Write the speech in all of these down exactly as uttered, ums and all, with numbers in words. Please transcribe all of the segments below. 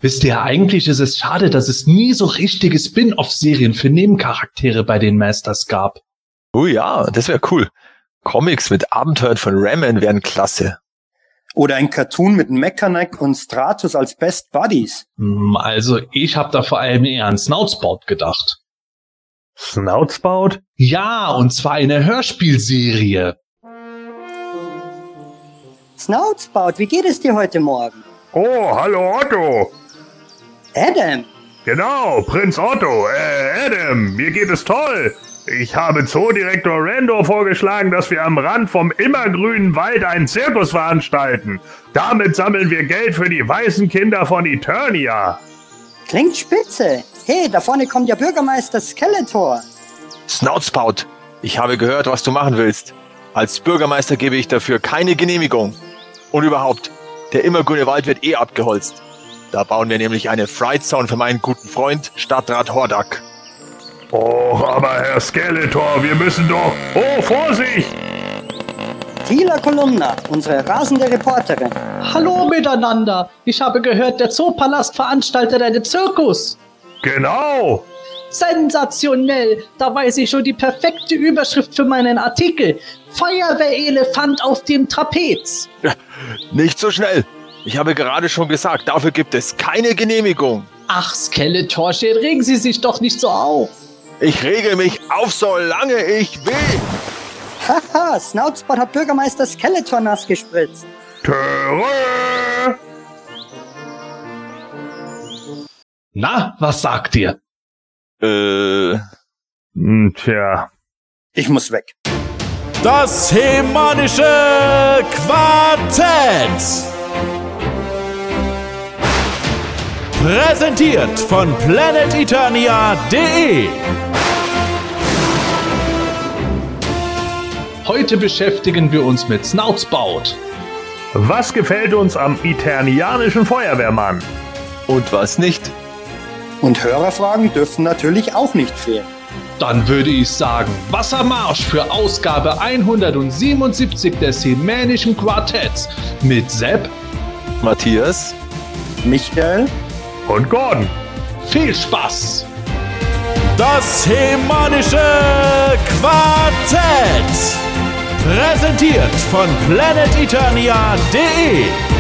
Wisst ihr, eigentlich ist es schade, dass es nie so richtige Spin-off-Serien für Nebencharaktere bei den Masters gab. Oh ja, das wäre cool. Comics mit Abenteuern von Ram-Man wären klasse. Oder ein Cartoon mit Mechanic und Stratus als Best Buddies. Also ich habe da vor allem eher an Snoutspout gedacht. Snoutspout? Ja, und zwar eine Hörspielserie. Snoutspout, wie geht es dir heute Morgen? Oh, hallo Otto. Adam. Genau, Prinz Otto. Äh, Adam, mir geht es toll. Ich habe Zoodirektor Randor vorgeschlagen, dass wir am Rand vom immergrünen Wald einen Zirkus veranstalten. Damit sammeln wir Geld für die weißen Kinder von Eternia. Klingt spitze. Hey, da vorne kommt ja Bürgermeister Skeletor. Snoutspout, ich habe gehört, was du machen willst. Als Bürgermeister gebe ich dafür keine Genehmigung. Und überhaupt, der immergrüne Wald wird eh abgeholzt. Da bauen wir nämlich eine Fright Zone für meinen guten Freund, Stadtrat Hordak. Oh, aber Herr Skeletor, wir müssen doch... Oh, Vorsicht! Tila Kolumna, unsere rasende Reporterin. Hallo miteinander. Ich habe gehört, der Zoopalast veranstaltet einen Zirkus. Genau! Sensationell! Da weiß ich schon die perfekte Überschrift für meinen Artikel. Feuerwehrelefant auf dem Trapez. Ja, nicht so schnell. Ich habe gerade schon gesagt, dafür gibt es keine Genehmigung. Ach, Skeletor, regen Sie sich doch nicht so auf. Ich rege mich auf, solange ich will. Haha, Snoutspout hat Bürgermeister Skeletor nass gespritzt. Töre! Na, was sagt ihr? Äh... Hm, tja. Ich muss weg. Das Hemanische Quartett. Präsentiert von planet eternia punkt de. Heute beschäftigen wir uns mit Snoutspout. Was gefällt uns am eternianischen Feuerwehrmann? Und was nicht? Und Hörerfragen dürfen natürlich auch nicht fehlen. Dann würde ich sagen, Wassermarsch für Ausgabe hundertsiebenundsiebzig des Hemänischen Quartetts mit Sepp, Matthias, Michael und Gordon. Viel Spaß! Das Hemanische Quartett. Präsentiert von planet eternia punkt de.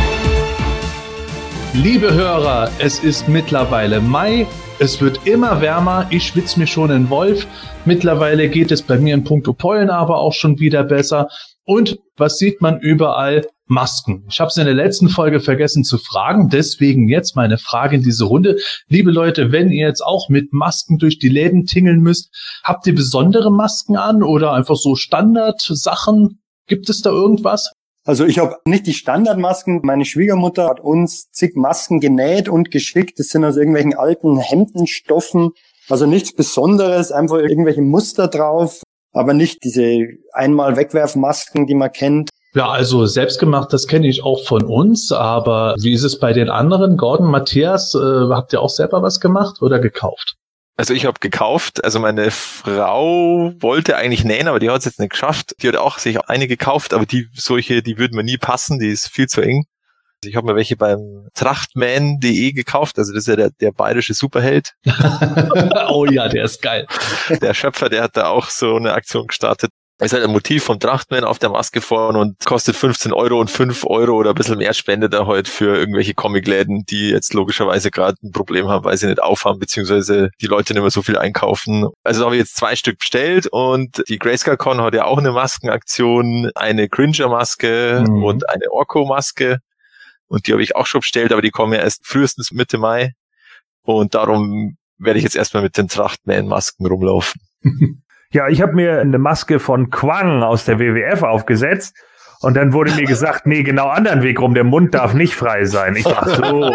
Liebe Hörer, es ist mittlerweile Mai, es wird immer wärmer, ich schwitze mir schon in Wolf. Mittlerweile geht es bei mir in puncto Pollen aber auch schon wieder besser. Und was sieht man überall? Masken. Ich habe es in der letzten Folge vergessen zu fragen, deswegen jetzt meine Frage in diese Runde. Liebe Leute, wenn ihr jetzt auch mit Masken durch die Läden tingeln müsst, habt ihr besondere Masken an oder einfach so Standardsachen? Gibt es da irgendwas? Also ich habe nicht die Standardmasken. Meine Schwiegermutter hat uns zig Masken genäht und geschickt. Das sind aus irgendwelchen alten Hemdenstoffen. Also nichts Besonderes, einfach irgendwelche Muster drauf, aber nicht diese einmal Wegwerfmasken, die man kennt. Ja, also selbstgemacht, das kenne ich auch von uns, aber wie ist es bei den anderen? Gordon, Matthias, äh, habt ihr auch selber was gemacht oder gekauft? Also ich habe gekauft, also meine Frau wollte eigentlich nähen, aber die hat es jetzt nicht geschafft. Die hat auch sich eine gekauft, aber die solche, die würden mir nie passen, die ist viel zu eng. Also ich habe mir welche beim trachtman punkt de gekauft, also das ist ja der, der bayerische Superheld. Oh ja, der ist geil. Der Schöpfer, der hat da auch so eine Aktion gestartet. Es ist halt ein Motiv vom Trachtman auf der Maske vorne und kostet fünfzehn Euro und fünf Euro oder ein bisschen mehr spendet er heute für irgendwelche Comicläden, die jetzt logischerweise gerade ein Problem haben, weil sie nicht aufhaben, beziehungsweise die Leute nicht mehr so viel einkaufen. Also da habe ich jetzt zwei Stück bestellt und die Grayscale-Con hat ja auch eine Maskenaktion, eine Cringer-Maske mhm. und eine Orko-Maske und die habe ich auch schon bestellt, aber die kommen ja erst frühestens Mitte Mai und darum werde ich jetzt erstmal mit den Trachtman-Masken rumlaufen. Ja, ich habe mir eine Maske von Quang aus der W W F aufgesetzt und dann wurde mir gesagt, nee, genau anderen Weg rum, der Mund darf nicht frei sein. Ich dachte so.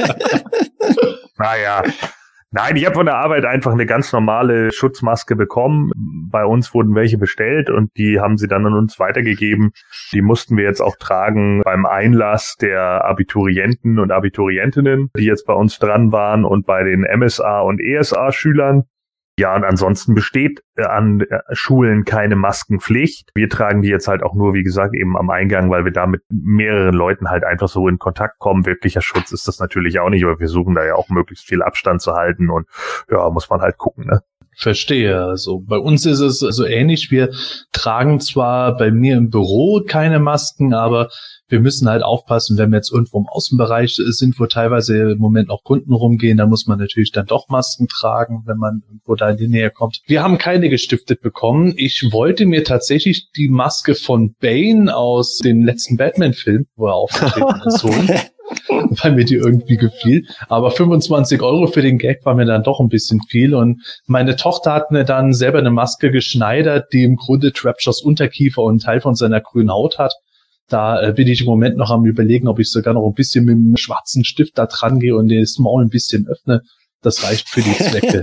Naja. Nein, ich habe von der Arbeit einfach eine ganz normale Schutzmaske bekommen. Bei uns wurden welche bestellt und die haben sie dann an uns weitergegeben. Die mussten wir jetzt auch tragen beim Einlass der Abiturienten und Abiturientinnen, die jetzt bei uns dran waren und bei den M S A und E S A-Schülern. Ja, und ansonsten besteht an Schulen keine Maskenpflicht. Wir tragen die jetzt halt auch nur, wie gesagt, eben am Eingang, weil wir da mit mehreren Leuten halt einfach so in Kontakt kommen. Wirklicher Schutz ist das natürlich auch nicht, aber wir suchen da ja auch möglichst viel Abstand zu halten und ja, muss man halt gucken, ne? Verstehe. Also bei uns ist es so ähnlich. Wir tragen zwar bei mir im Büro keine Masken, aber wir müssen halt aufpassen, wenn wir jetzt irgendwo im Außenbereich sind, wo teilweise im Moment auch Kunden rumgehen, da muss man natürlich dann doch Masken tragen, wenn man irgendwo da in die Nähe kommt. Wir haben keine gestiftet bekommen. Ich wollte mir tatsächlich die Maske von Bane aus dem letzten Batman-Film, wo er aufgetreten ist, holen. Weil mir die irgendwie gefiel. Aber fünfundzwanzig Euro für den Gag war mir dann doch ein bisschen viel. Und meine Tochter hat mir dann selber eine Maske geschneidert, die im Grunde Trapjaws Unterkiefer und einen Teil von seiner grünen Haut hat. Da äh, bin ich im Moment noch am Überlegen, ob ich sogar noch ein bisschen mit dem schwarzen Stift da dran gehe und das Maul ein bisschen öffne. Das reicht für die Zwecke.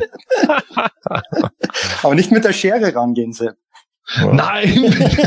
Aber nicht mit der Schere rangehen, Sepp. Wow. Nein!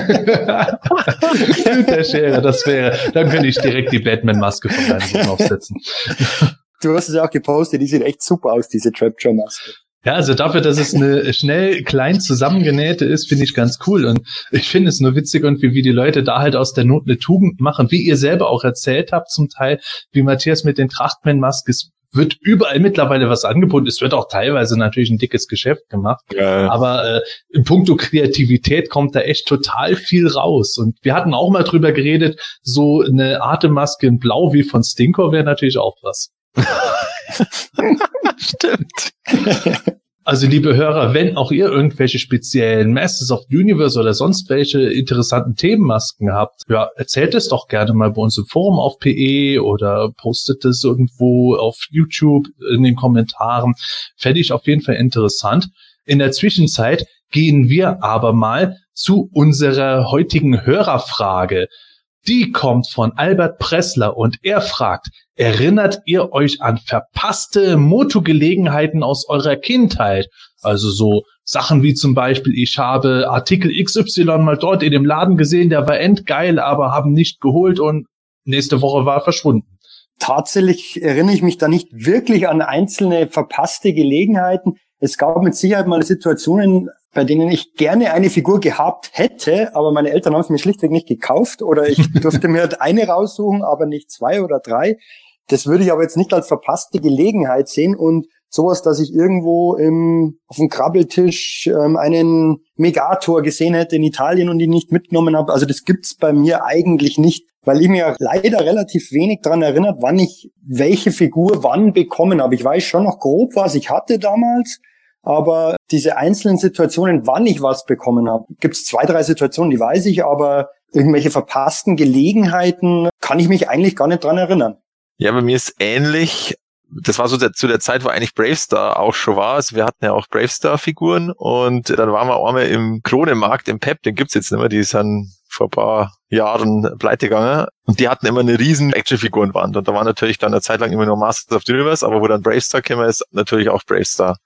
Mit der Schere, das wäre, dann könnte ich direkt die Batman-Maske von deinem Sohn aufsetzen. Du hast es ja auch gepostet, die sieht echt super aus, diese Trapjaw-Maske. Ja, also dafür, dass es eine schnell klein zusammengenähte ist, finde ich ganz cool. Und ich finde es nur witzig und wie, wie die Leute da halt aus der Not eine Tugend machen, wie ihr selber auch erzählt habt zum Teil, wie Matthias mit den Trachtman-Masken, es wird überall mittlerweile was angeboten. Es wird auch teilweise natürlich ein dickes Geschäft gemacht. Ja. Aber äh, in puncto Kreativität kommt da echt total viel raus. Und wir hatten auch mal drüber geredet, so eine Atemmaske in Blau wie von Stinkor wäre natürlich auch was. Stimmt. Also liebe Hörer, wenn auch ihr irgendwelche speziellen Masters of the Universe oder sonst welche interessanten Themenmasken habt, ja, erzählt es doch gerne mal bei uns im Forum auf P E oder postet es irgendwo auf YouTube in den Kommentaren. Fände ich auf jeden Fall interessant. In der Zwischenzeit gehen wir aber mal zu unserer heutigen Hörerfrage. Die kommt von Albert Pressler und er fragt, erinnert ihr euch an verpasste Motogelegenheiten aus eurer Kindheit? Also so Sachen wie zum Beispiel, ich habe Artikel X Y mal dort in dem Laden gesehen, der war endgeil, aber haben nicht geholt und nächste Woche war er verschwunden. Tatsächlich erinnere ich mich da nicht wirklich an einzelne verpasste Gelegenheiten. Es gab mit Sicherheit mal Situationen, bei denen ich gerne eine Figur gehabt hätte, aber meine Eltern haben es mir schlichtweg nicht gekauft oder ich durfte mir halt eine raussuchen, aber nicht zwei oder drei. Das würde ich aber jetzt nicht als verpasste Gelegenheit sehen und sowas, dass ich irgendwo im, auf dem Krabbeltisch ähm, einen Megator gesehen hätte in Italien und ihn nicht mitgenommen habe. Also das gibt's bei mir eigentlich nicht, weil ich mir leider relativ wenig dran erinnert, wann ich welche Figur wann bekommen habe. Ich weiß schon noch grob, was ich hatte damals, aber diese einzelnen Situationen, wann ich was bekommen habe, gibt's zwei, drei Situationen, die weiß ich, aber irgendwelche verpassten Gelegenheiten kann ich mich eigentlich gar nicht dran erinnern. Ja, bei mir ist ähnlich. Das war so der, zu der Zeit, wo eigentlich Bravestar auch schon war. Also wir hatten ja auch Bravestar-Figuren und dann waren wir einmal im Kronemarkt im Pep, den gibt's jetzt nicht mehr, die sind vor ein paar Jahren pleite gegangen und die hatten immer eine riesen Actionfigurenwand und da war natürlich dann eine Zeit lang immer nur Masters of the Universe, aber wo dann Bravestar gekommen ist, natürlich auch Bravestar.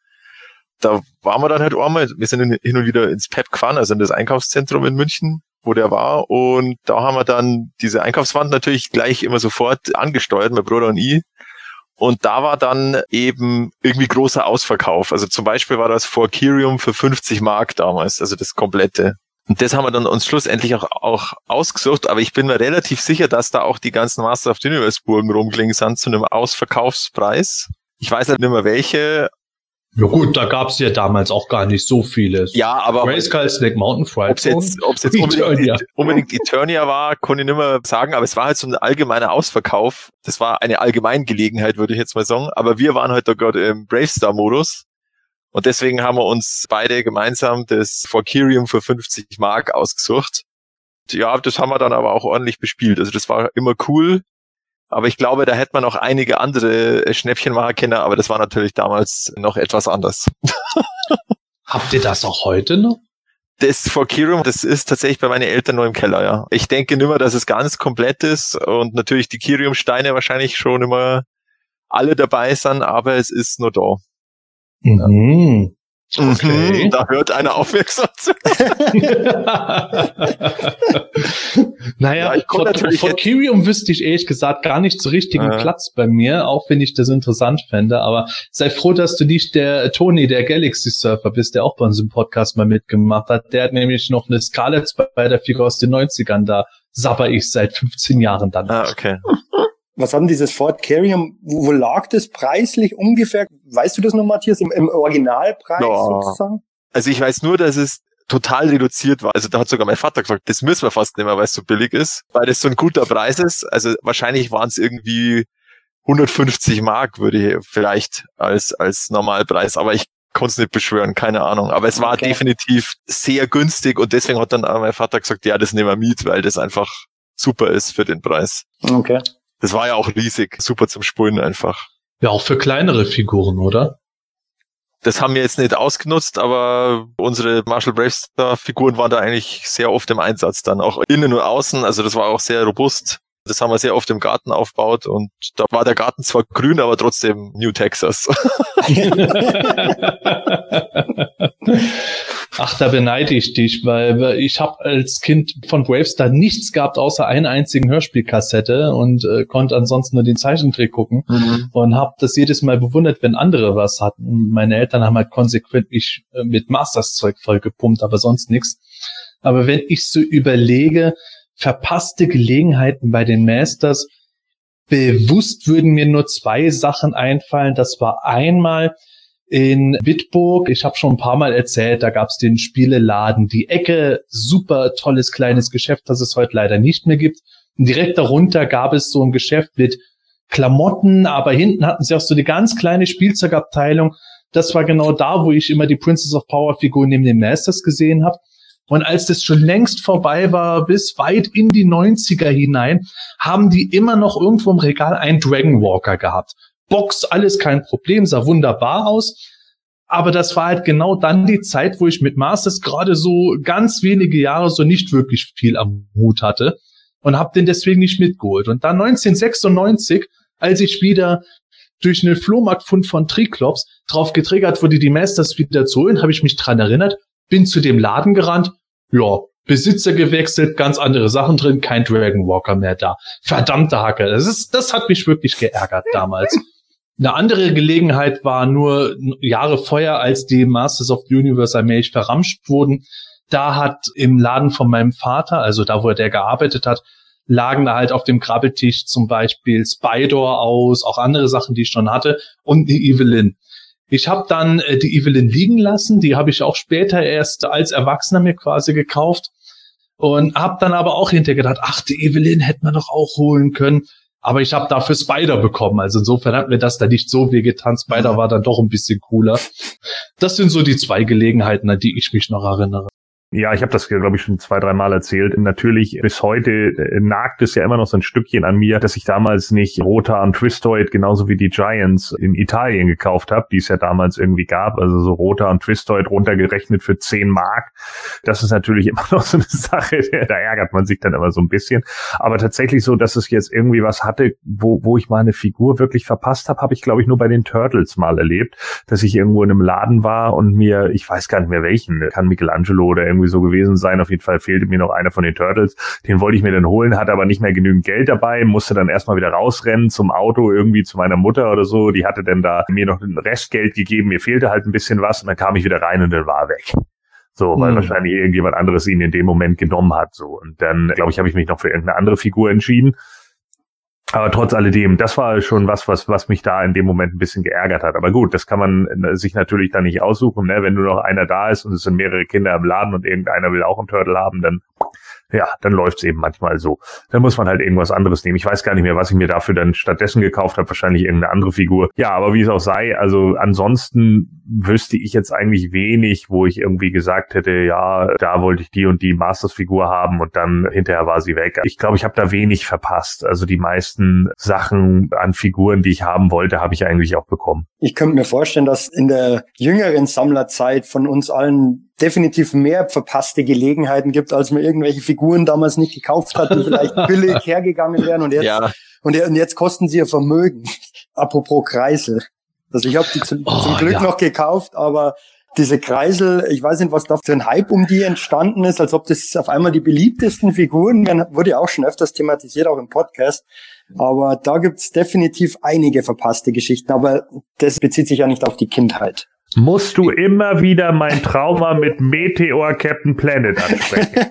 Da waren wir dann halt einmal, wir sind hin und wieder ins Pep gefahren, also in das Einkaufszentrum in München, wo der war und da haben wir dann diese Einkaufswand natürlich gleich immer sofort angesteuert, mein Bruder und ich. Und da war dann eben irgendwie großer Ausverkauf. Also zum Beispiel war das Forkirium für fünfzig Mark damals, also das komplette. Und das haben wir dann uns schlussendlich auch, auch ausgesucht, aber ich bin mir relativ sicher, dass da auch die ganzen Master of the Universe Burgen rumgelegen sind zu einem Ausverkaufspreis. Ich weiß halt nicht mehr welche. Ja gut, da gab's ja damals auch gar nicht so viele. Ja, aber Grayskull, Snake Mountain, Fright Ob's jetzt, ob's jetzt unbedingt, unbedingt Eternia war, konnte ich nicht mehr sagen, aber es war halt so ein allgemeiner Ausverkauf. Das war eine Allgemeingelegenheit, würde ich jetzt mal sagen. Aber wir waren halt da gerade im Bravestar-Modus. Und deswegen haben wir uns beide gemeinsam das Forkirium für fünfzig Mark ausgesucht. Ja, das haben wir dann aber auch ordentlich bespielt. Also das war immer cool. Aber ich glaube, da hätte man auch einige andere Schnäppchen machen können, aber das war natürlich damals noch etwas anders. Habt ihr das auch heute noch? Das Forkirium, das ist tatsächlich bei meinen Eltern nur im Keller, ja. Ich denke nicht mehr, dass es ganz komplett ist und natürlich die Kirium-Steine wahrscheinlich schon immer alle dabei sind, aber es ist nur da. Mhm. Okay. Da hört einer aufmerksam zu. Naja, Ja, von, von Kyrium wüsste ich ehrlich gesagt gar nicht so richtigen äh. Platz bei mir, auch wenn ich das interessant fände. Aber sei froh, dass du nicht der Toni, der Galaxy Surfer bist, der auch bei uns im Podcast mal mitgemacht hat. Der hat nämlich noch eine Scarlet Spider-Figur aus den neunzigern, da sabber ich seit fünfzehn Jahren dann. Ah, okay. Was haben dieses Ford Carium, wo, wo lag das preislich ungefähr? Weißt du das noch, Matthias, im, im Originalpreis ja. sozusagen? Also ich weiß nur, dass es total reduziert war. Also da hat sogar mein Vater gesagt, das müssen wir fast nicht mehr, weil es so billig ist, weil das so ein guter Preis ist. Also wahrscheinlich waren es irgendwie hundertfünfzig Mark, würde ich vielleicht als als Normalpreis, aber ich konnte es nicht beschwören, keine Ahnung. Aber es war okay. definitiv sehr günstig und deswegen hat dann mein Vater gesagt, ja, das nehmen wir mit, weil das einfach super ist für den Preis. Okay. Das war ja auch riesig, super zum Spulen einfach. Ja, auch für kleinere Figuren, oder? Das haben wir jetzt nicht ausgenutzt, aber unsere Marshall Bravestar-Figuren waren da eigentlich sehr oft im Einsatz dann, auch innen und außen. Also das war auch sehr robust. Das haben wir sehr oft im Garten aufgebaut und da war der Garten zwar grün, aber trotzdem New Texas. Ach, da beneide ich dich, weil ich habe als Kind von Bravestar nichts gehabt, außer einer einzigen Hörspielkassette und äh, konnte ansonsten nur den Zeichentrick gucken mhm. und habe das jedes Mal bewundert, wenn andere was hatten. Meine Eltern haben halt konsequent mich äh, mit Masters-Zeug vollgepumpt, aber sonst nichts. Aber wenn ich so überlege, verpasste Gelegenheiten bei den Masters, bewusst würden mir nur zwei Sachen einfallen. Das war einmal in Bitburg, ich habe schon ein paar Mal erzählt, da gab's den Spieleladen Die Ecke, super tolles kleines Geschäft, das es heute leider nicht mehr gibt. Und direkt darunter gab es so ein Geschäft mit Klamotten, aber hinten hatten sie auch so eine ganz kleine Spielzeugabteilung. Das war genau da, wo ich immer die Princess of Power Figuren neben den Masters gesehen habe. Und als das schon längst vorbei war, bis weit in die neunziger hinein, haben die immer noch irgendwo im Regal einen Dragon Walker gehabt. Box, alles kein Problem, sah wunderbar aus. Aber das war halt genau dann die Zeit, wo ich mit Masters gerade so ganz wenige Jahre so nicht wirklich viel am Hut hatte und habe den deswegen nicht mitgeholt. Und dann neunzehnhundertsechsundneunzig, als ich wieder durch einen Flohmarktfund von Triklops drauf getriggert wurde, die Masters wieder zu holen, habe ich mich dran erinnert, bin zu dem Laden gerannt, ja, Besitzer gewechselt, ganz andere Sachen drin, kein Dragon Walker mehr da. Verdammte Hacke, das ist, das hat mich wirklich geärgert damals. Eine andere Gelegenheit war nur Jahre vorher, als die Masters of the Universe allmählich verramscht wurden. Da hat im Laden von meinem Vater, also da, wo der gearbeitet hat, lagen da halt auf dem Krabbeltisch zum Beispiel Spider aus, auch andere Sachen, die ich schon hatte, und die Evelyn. Ich habe dann äh, die Evelyn liegen lassen, die habe ich auch später erst als Erwachsener mir quasi gekauft und habe dann aber auch hinterher gedacht, ach, die Evelyn hätte man doch auch holen können. Aber ich habe dafür Spider bekommen, also insofern hat mir das da nicht so wehgetan. Spider war dann doch ein bisschen cooler. Das sind so die zwei Gelegenheiten, an die ich mich noch erinnere. Ja, ich habe das, glaube ich, schon zwei, drei Mal erzählt. Natürlich, bis heute äh, nagt es ja immer noch so ein Stückchen an mir, dass ich damals nicht Rota und Twistoid genauso wie die Giants in Italien gekauft habe, die es ja damals irgendwie gab. Also so Rota und Twistoid runtergerechnet für zehn Mark. Das ist natürlich immer noch so eine Sache, da ärgert man sich dann immer so ein bisschen. Aber tatsächlich so, dass es jetzt irgendwie was hatte, wo wo ich mal eine Figur wirklich verpasst habe, habe ich, glaube ich, nur bei den Turtles mal erlebt, dass ich irgendwo in einem Laden war und mir, ich weiß gar nicht mehr welchen, kann Michelangelo oder irgendwie so gewesen sein. Auf jeden Fall fehlte mir noch einer von den Turtles. Den wollte ich mir dann holen, hatte aber nicht mehr genügend Geld dabei, musste dann erstmal wieder rausrennen zum Auto, irgendwie zu meiner Mutter oder so. Die hatte dann da mir noch ein Restgeld gegeben. Mir fehlte halt ein bisschen was und dann kam ich wieder rein und dann war er weg. So, weil hm. wahrscheinlich irgendjemand anderes ihn in dem Moment genommen hat. So, und dann, glaube ich, habe ich mich noch für irgendeine andere Figur entschieden. Aber trotz alledem, das war schon was, was, was mich da in dem Moment ein bisschen geärgert hat. Aber gut, das kann man sich natürlich dann nicht aussuchen, ne? Wenn nur noch einer da ist und es sind mehrere Kinder im Laden und irgendeiner will auch einen Turtle haben, dann, ja, dann läuft's eben manchmal so. Dann muss man halt irgendwas anderes nehmen. Ich weiß gar nicht mehr, was ich mir dafür dann stattdessen gekauft habe. Wahrscheinlich irgendeine andere Figur. Ja, aber wie es auch sei, also ansonsten wüsste ich jetzt eigentlich wenig, wo ich irgendwie gesagt hätte, ja, da wollte ich die und die Masters-Figur haben und dann hinterher war sie weg. Ich glaube, ich habe da wenig verpasst. Also die meisten Sachen an Figuren, die ich haben wollte, habe ich eigentlich auch bekommen. Ich könnte mir vorstellen, dass in der jüngeren Sammlerzeit von uns allen definitiv mehr verpasste Gelegenheiten gibt, als man irgendwelche Figuren damals nicht gekauft hat, die vielleicht billig hergegangen wären und jetzt, ja. und, und jetzt kosten sie ihr Vermögen. Apropos Kreisel. Also ich habe die zu, oh, zum Glück ja. noch gekauft, aber diese Kreisel, ich weiß nicht, was da für ein Hype um die entstanden ist, als ob das auf einmal die beliebtesten Figuren werden, wurde ja auch schon öfters thematisiert, auch im Podcast. Aber da gibt's definitiv einige verpasste Geschichten, aber das bezieht sich ja nicht auf die Kindheit. Musst du immer wieder mein Trauma mit Meteor Captain Planet ansprechen.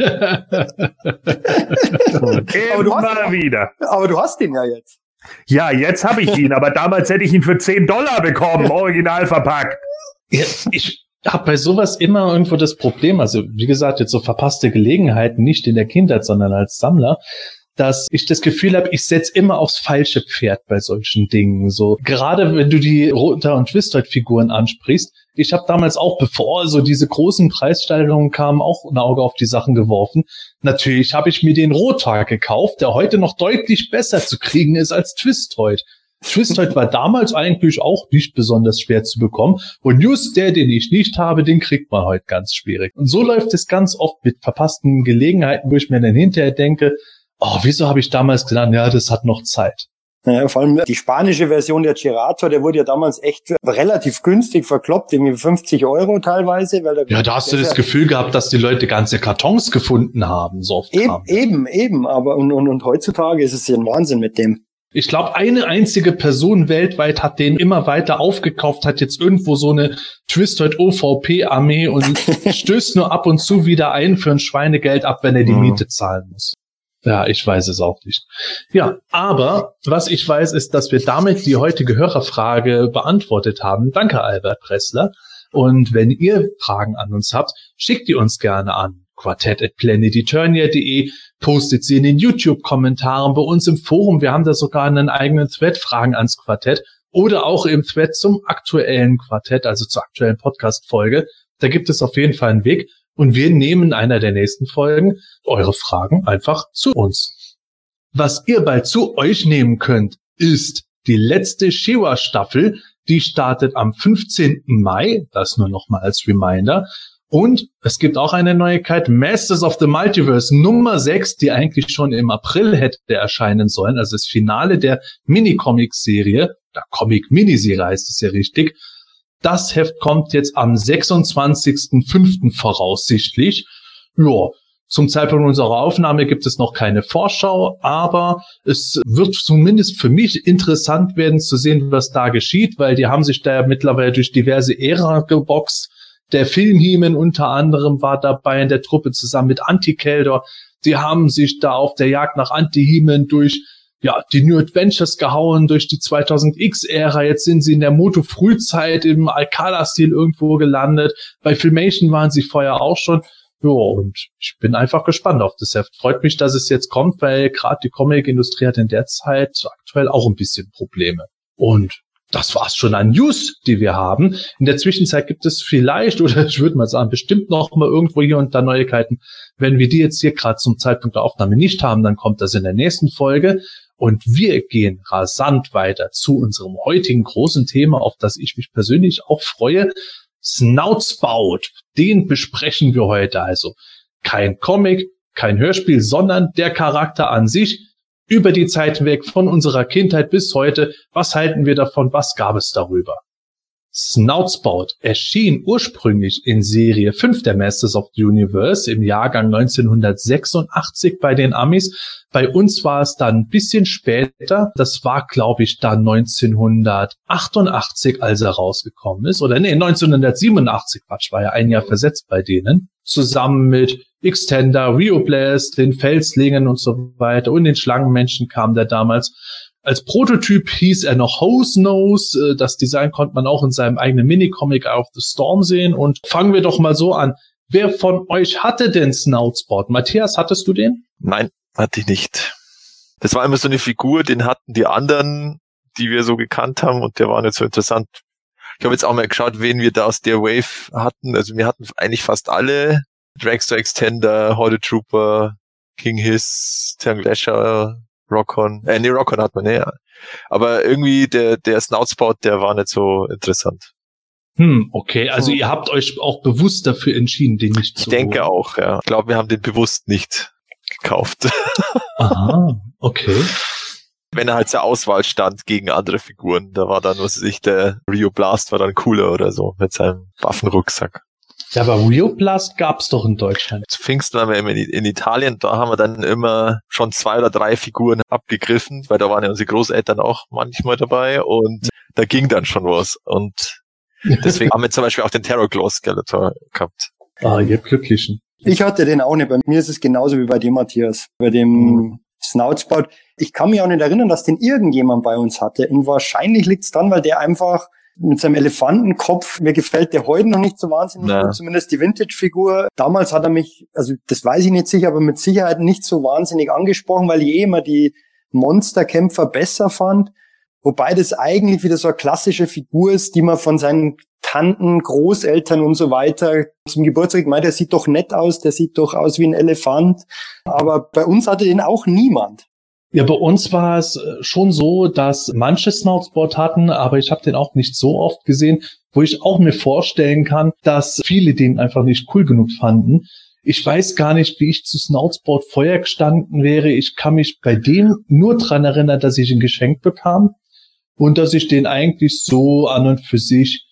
aber du immer hast, wieder. Aber du hast ihn ja jetzt. Ja, jetzt habe ich ihn, aber damals hätte ich ihn für zehn Dollar bekommen, original verpackt. Ja, ich habe bei sowas immer irgendwo das Problem, also wie gesagt, jetzt so verpasste Gelegenheiten, nicht in der Kindheit, sondern als Sammler, dass ich das Gefühl habe, ich setze immer aufs falsche Pferd bei solchen Dingen. So gerade wenn du die Roter- und Twistoid-Figuren ansprichst, ich habe damals auch, bevor so diese großen Preissteigerungen kamen, auch ein Auge auf die Sachen geworfen. Natürlich habe ich mir den Rotar gekauft, der heute noch deutlich besser zu kriegen ist als Twistoid. Twistoid war damals eigentlich auch nicht besonders schwer zu bekommen. Und just der, den ich nicht habe, den kriegt man heute ganz schwierig. Und so läuft es ganz oft mit verpassten Gelegenheiten, wo ich mir dann hinterher denke, oh, wieso habe ich damals gedacht, ja, das hat noch Zeit. Ja, vor allem die spanische Version der Girator, der wurde ja damals echt relativ günstig verkloppt, irgendwie fünfzig Euro teilweise. Weil der ja, da hast du das ja Gefühl gehabt, dass die Leute ganze Kartons gefunden haben. So oft eben, eben, eben. Aber und, und, und heutzutage ist es ja ein Wahnsinn mit dem. Ich glaube, eine einzige Person weltweit hat den immer weiter aufgekauft, hat jetzt irgendwo so eine Twistoid-O V P-Armee und stößt nur ab und zu wieder ein für ein Schweinegeld ab, wenn er die Miete zahlen muss. Ja, ich weiß es auch nicht. Ja, aber was ich weiß, ist, dass wir damit die heutige Hörerfrage beantwortet haben. Danke, Albert Pressler. Und wenn ihr Fragen an uns habt, schickt die uns gerne an quartett at planet eternia punkt de, postet sie in den YouTube-Kommentaren bei uns im Forum. Wir haben da sogar einen eigenen Thread, Fragen ans Quartett, oder auch im Thread zum aktuellen Quartett, also zur aktuellen Podcast-Folge. Da gibt es auf jeden Fall einen Weg. Und wir nehmen in einer der nächsten Folgen eure Fragen einfach zu uns. Was ihr bald zu euch nehmen könnt, ist die letzte Shewa-Staffel. Die startet am fünfzehnten Mai. Das nur noch mal als Reminder. Und es gibt auch eine Neuigkeit. Masters of the Multiverse Nummer sechs, die eigentlich schon im April hätte erscheinen sollen. Also das Finale der Mini-Comic-Serie. Der Comic-Miniserie heißt es ja richtig. Das Heft kommt jetzt am sechsundzwanzigsten fünften voraussichtlich. Ja, zum Zeitpunkt unserer Aufnahme gibt es noch keine Vorschau, aber es wird zumindest für mich interessant werden zu sehen, was da geschieht, weil die haben sich da mittlerweile durch diverse Ära geboxt. Der Film-He-Man unter anderem war dabei in der Truppe zusammen mit Anti-Keldor. Die haben sich da auf der Jagd nach Anti-He-Man durch ja, die New Adventures gehauen durch die zweitausend X-Ära. Jetzt sind sie in der Moto-Frühzeit im Alcala-Stil irgendwo gelandet. Bei Filmation waren sie vorher auch schon. Ja, und ich bin einfach gespannt auf das Heft. Freut mich, dass es jetzt kommt, weil gerade die Comic-Industrie hat in der Zeit aktuell auch ein bisschen Probleme. Und das war's schon an News, die wir haben. In der Zwischenzeit gibt es vielleicht, oder ich würde mal sagen, bestimmt noch mal irgendwo hier und da Neuigkeiten. Wenn wir die jetzt hier gerade zum Zeitpunkt der Aufnahme nicht haben, dann kommt das in der nächsten Folge. Und wir gehen rasant weiter zu unserem heutigen großen Thema, auf das ich mich persönlich auch freue. Snoutspout, den besprechen wir heute. Also kein Comic, kein Hörspiel, sondern der Charakter an sich. Über die Zeit hinweg, von unserer Kindheit bis heute. Was halten wir davon? Was gab es darüber? Snoutspout erschien ursprünglich in Serie fünf der Masters of the Universe im Jahrgang neunzehnhundertsechsundachtzig bei den Amis. Bei uns war es dann ein bisschen später. Das war, glaube ich, dann neunzehnhundertachtundachtzig, als er rausgekommen ist. Oder nee, neunzehnhundertsiebenundachtzig, Quatsch, war ja ein Jahr versetzt bei denen. Zusammen mit Extender, Rio Blast, den Felslingen und so weiter und den Schlangenmenschen kam der damals. Als Prototyp hieß er noch Hose Nose. Das Design konnte man auch in seinem eigenen Minicomic Eye of the Storm sehen. Und fangen wir doch mal so an. Wer von euch hatte denn Snoutspout? Matthias, hattest du den? Nein, hatte ich nicht. Das war immer so eine Figur, den hatten die anderen, die wir so gekannt haben, und der war nicht so interessant. Ich habe jetzt auch mal geschaut, wen wir da aus der Wave hatten. Also wir hatten eigentlich fast alle. Dragster Extender, Horde Trooper, King Hiss, Tanglasher, Rockon. Äh, nee, Rockon hat man, ne. Aber irgendwie der, der Snoutspout, der war nicht so interessant. Hm, okay. Also ihr habt euch auch bewusst dafür entschieden, den nicht zu Ich denke holen. auch, ja. Ich glaube, wir haben den bewusst nicht gekauft. Aha, okay. Wenn er halt zur Auswahl stand gegen andere Figuren, da war dann, was weiß ich, der Rio Blast war dann cooler oder so, mit seinem Waffenrucksack. Ja, aber Rio Blast gab's doch in Deutschland. Zu Pfingsten waren wir in, in Italien, da haben wir dann immer schon zwei oder drei Figuren abgegriffen, weil da waren ja unsere Großeltern auch manchmal dabei und da ging dann schon was. Und deswegen haben wir zum Beispiel auch den Terror Claw Skeletor gehabt. Ah, ihr Glücklichen. Ich hatte den auch nicht. Bei mir ist es genauso wie bei dir, Matthias. Bei dem mhm. Snoutspout. Ich kann mich auch nicht erinnern, dass den irgendjemand bei uns hatte. Und wahrscheinlich liegt es dran, weil der einfach mit seinem Elefantenkopf, mir gefällt der heute noch nicht so wahnsinnig Na. gut, zumindest die Vintage-Figur. Damals hat er mich, also das weiß ich nicht sicher, aber mit Sicherheit nicht so wahnsinnig angesprochen, weil ich eh immer die Monsterkämpfer besser fand. Wobei das eigentlich wieder so eine klassische Figur ist, die man von seinen Tanten, Großeltern und so weiter zum Geburtstag meint, der sieht doch nett aus, der sieht doch aus wie ein Elefant. Aber bei uns hatte den auch niemand. Ja, bei uns war es schon so, dass manche Snoutsport hatten, aber ich habe den auch nicht so oft gesehen, wo ich auch mir vorstellen kann, dass viele den einfach nicht cool genug fanden. Ich weiß gar nicht, wie ich zu Snoutsport vorher gestanden wäre. Ich kann mich bei dem nur dran erinnern, dass ich ihn geschenkt bekam und dass ich den eigentlich so an und für sich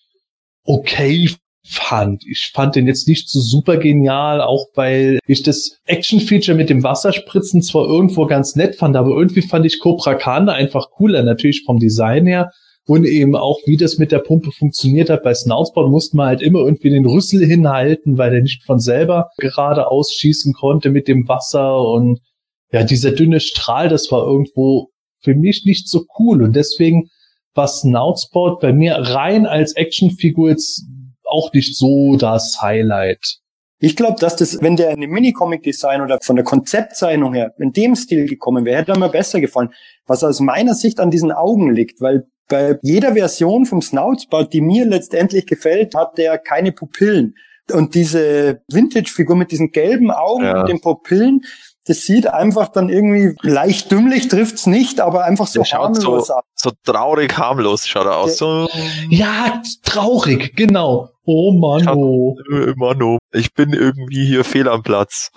okay fand. Ich fand den jetzt nicht so super genial, auch weil ich das Action-Feature mit dem Wasserspritzen zwar irgendwo ganz nett fand, aber irgendwie fand ich Cobra Khan einfach cooler, natürlich vom Design her und eben auch, wie das mit der Pumpe funktioniert hat. Bei Snoutsport musste man halt immer irgendwie den Rüssel hinhalten, weil der nicht von selber geradeaus schießen konnte mit dem Wasser und ja, dieser dünne Strahl, das war irgendwo für mich nicht so cool und deswegen war Snoutsport bei mir rein als Actionfigur jetzt auch nicht so das Highlight. Ich glaube, dass das, wenn der in dem Minicomic-Design oder von der Konzeptzeichnung her in dem Stil gekommen wäre, hätte er mir besser gefallen. Was aus meiner Sicht an diesen Augen liegt, weil bei jeder Version vom Snoutsport, die mir letztendlich gefällt, hat der keine Pupillen. Und diese Vintage-Figur mit diesen gelben Augen ja. und den Pupillen, das sieht einfach dann irgendwie leicht dümmlich, trifft's nicht, aber einfach so der harmlos so, aus. So traurig harmlos schaut er aus. So. Ja, traurig, genau. Oh Mann, oh. Mann, oh. Ich bin irgendwie hier fehl am Platz.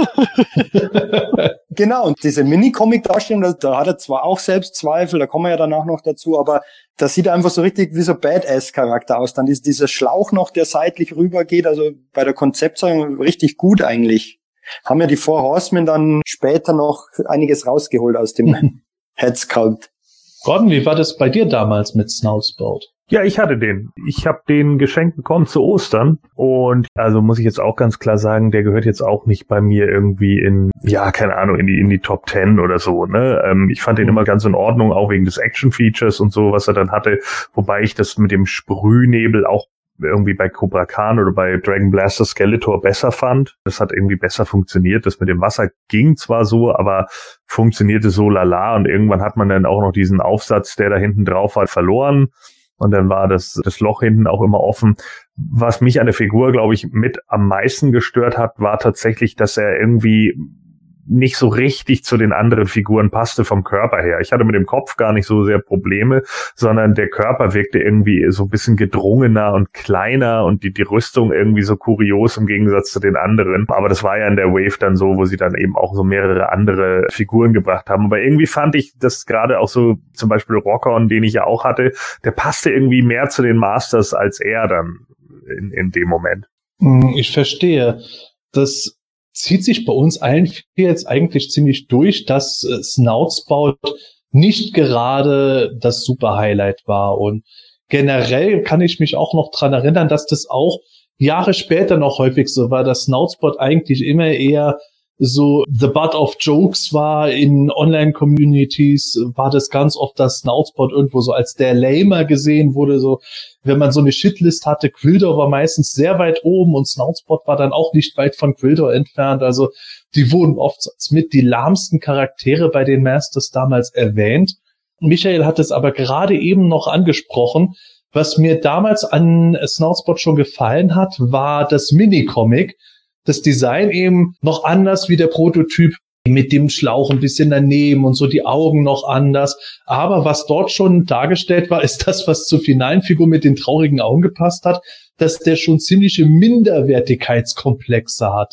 Genau, und diese Mini-Comic-Darstellung, da, da hat er zwar auch Selbstzweifel, da kommen wir ja danach noch dazu, aber das sieht einfach so richtig wie so Badass-Charakter aus. Dann ist dieser Schlauch noch, der seitlich rübergeht, also bei der Konzeptzeichnung richtig gut eigentlich. Haben ja die Four Horsemen dann später noch einiges rausgeholt aus dem Head Sculpt. Gordon, wie war das bei dir damals mit Snoutsport? Ja, ich hatte den. Ich habe den geschenkt bekommen zu Ostern und also muss ich jetzt auch ganz klar sagen, der gehört jetzt auch nicht bei mir irgendwie in, ja, keine Ahnung, in die in die Top Ten oder so, ne? Ähm, ich fand den immer ganz in Ordnung, auch wegen des Action-Features und so, was er dann hatte, wobei ich das mit dem Sprühnebel auch irgendwie bei Cobra Khan oder bei Dragon Blaster Skeletor besser fand. Das hat irgendwie besser funktioniert. Das mit dem Wasser ging zwar so, aber funktionierte so lala und irgendwann hat man dann auch noch diesen Aufsatz, der da hinten drauf war, verloren und dann war das, das Loch hinten auch immer offen. Was mich an der Figur, glaube ich, mit am meisten gestört hat, war tatsächlich, dass er irgendwie nicht so richtig zu den anderen Figuren passte vom Körper her. Ich hatte mit dem Kopf gar nicht so sehr Probleme, sondern der Körper wirkte irgendwie so ein bisschen gedrungener und kleiner und die, die Rüstung irgendwie so kurios im Gegensatz zu den anderen. Aber das war ja in der Wave dann so, wo sie dann eben auch so mehrere andere Figuren gebracht haben. Aber irgendwie fand ich das gerade auch so, zum Beispiel Rockon, den ich ja auch hatte, der passte irgendwie mehr zu den Masters als er dann in, in dem Moment. Ich verstehe. Das zieht sich bei uns allen vier jetzt eigentlich ziemlich durch, dass äh, Snoutsport nicht gerade das super Highlight war. Und generell kann ich mich auch noch dran erinnern, dass das auch Jahre später noch häufig so war, dass Snoutsport eigentlich immer eher so the butt of jokes war. In Online-Communities war das ganz oft, dass Snoutsport irgendwo so als der Lamer gesehen wurde, so wenn man so eine Shitlist hatte. Quilldor war meistens sehr weit oben und Snoutsport war dann auch nicht weit von Quilldor entfernt. Also die wurden oft als mit die lahmsten Charaktere bei den Masters damals erwähnt. Michael hat es aber gerade eben noch angesprochen. Was mir damals an Snoutsport schon gefallen hat, war das Minicomic. Das Design eben noch anders wie der Prototyp, mit dem Schlauch ein bisschen daneben und so die Augen noch anders. Aber was dort schon dargestellt war, ist das, was zur finalen Figur mit den traurigen Augen gepasst hat, dass der schon ziemliche Minderwertigkeitskomplexe hatte.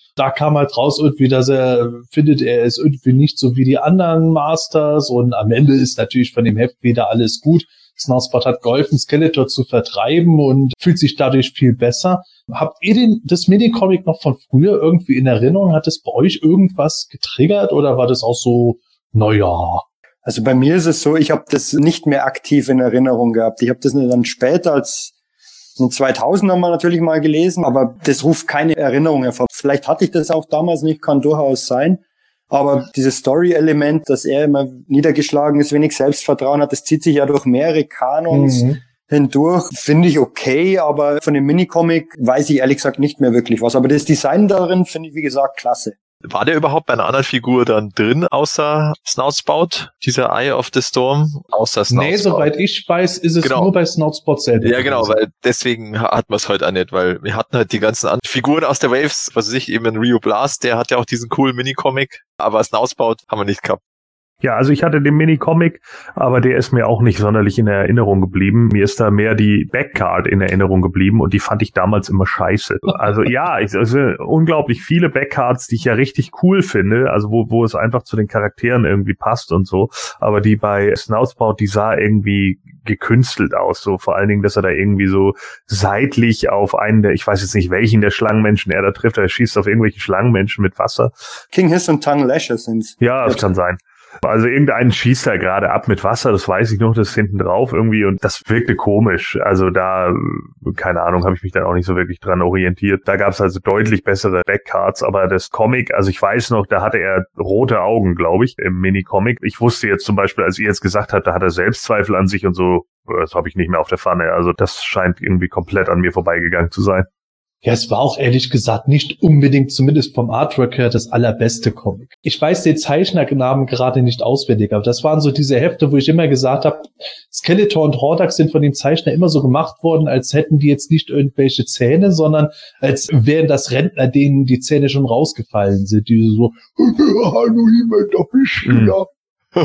Da kam halt raus irgendwie, dass er findet, er ist irgendwie nicht so wie die anderen Masters und am Ende ist natürlich von dem Heft wieder alles gut. Snoutspot hat geholfen, Skeletor zu vertreiben und fühlt sich dadurch viel besser. Habt ihr den, das Minicomic noch von früher irgendwie in Erinnerung? Hat es bei euch irgendwas getriggert oder war das auch so, naja? Also bei mir ist es so, ich habe das nicht mehr aktiv in Erinnerung gehabt. Ich habe das dann später als in den zweitausendern mal natürlich mal gelesen, aber das ruft keine Erinnerung hervor. Vielleicht hatte ich das auch damals nicht, kann durchaus sein. Aber dieses Story-Element, dass er immer niedergeschlagen ist, wenig Selbstvertrauen hat, das zieht sich ja durch mehrere Kanons mhm. hindurch. Finde ich okay, aber von dem Minicomic weiß ich ehrlich gesagt nicht mehr wirklich was. Aber das Design darin finde ich, wie gesagt, klasse. War der überhaupt bei einer anderen Figur dann drin, außer Snoutspot, dieser Eye of the Storm? Außer Snoutspot? Nee, soweit ich weiß, ist es genau. nur bei Snoutspot selber. Ja, genau, weil deswegen hatten wir es heute auch nicht, weil wir hatten halt die ganzen anderen Figuren aus der Waves, was weiß ich, eben ein Rio Blast, der hat ja auch diesen coolen Minicomic, aber Snoutspot haben wir nicht gehabt. Ja, also ich hatte den Mini-Comic, aber der ist mir auch nicht sonderlich in Erinnerung geblieben. Mir ist da mehr die Backcard in Erinnerung geblieben und die fand ich damals immer scheiße. Also ja, ich, also unglaublich viele Backcards, die ich ja richtig cool finde, also wo wo es einfach zu den Charakteren irgendwie passt und so. Aber die bei Snoutspot, die sah irgendwie gekünstelt aus, so vor allen Dingen, dass er da irgendwie so seitlich auf einen der, ich weiß jetzt nicht welchen der Schlangenmenschen er da trifft, er schießt auf irgendwelche Schlangenmenschen mit Wasser. King Hiss und Tongue Lasher sind's. Ja, das kann sein. Also irgendeinen schießt er gerade ab mit Wasser, das weiß ich noch, das ist hinten drauf irgendwie und das wirkte komisch. Also da, keine Ahnung, habe ich mich dann auch nicht so wirklich dran orientiert. Da gab es also deutlich bessere Backcards, aber das Comic, also ich weiß noch, da hatte er rote Augen, glaube ich, im Mini-Comic. Ich wusste jetzt zum Beispiel, als ihr jetzt gesagt habt, da hat er Selbstzweifel an sich und so, das habe ich nicht mehr auf der Pfanne. Also das scheint irgendwie komplett an mir vorbeigegangen zu sein. Ja, es war auch ehrlich gesagt nicht unbedingt, zumindest vom Artwork her, das allerbeste Comic. Ich weiß den Zeichnernamen gerade nicht auswendig, aber das waren so diese Hefte, wo ich immer gesagt habe, Skeletor und Hordak sind von dem Zeichner immer so gemacht worden, als hätten die jetzt nicht irgendwelche Zähne, sondern als wären das Rentner, denen die Zähne schon rausgefallen sind. Die so, hallo, jemand, da bist du da.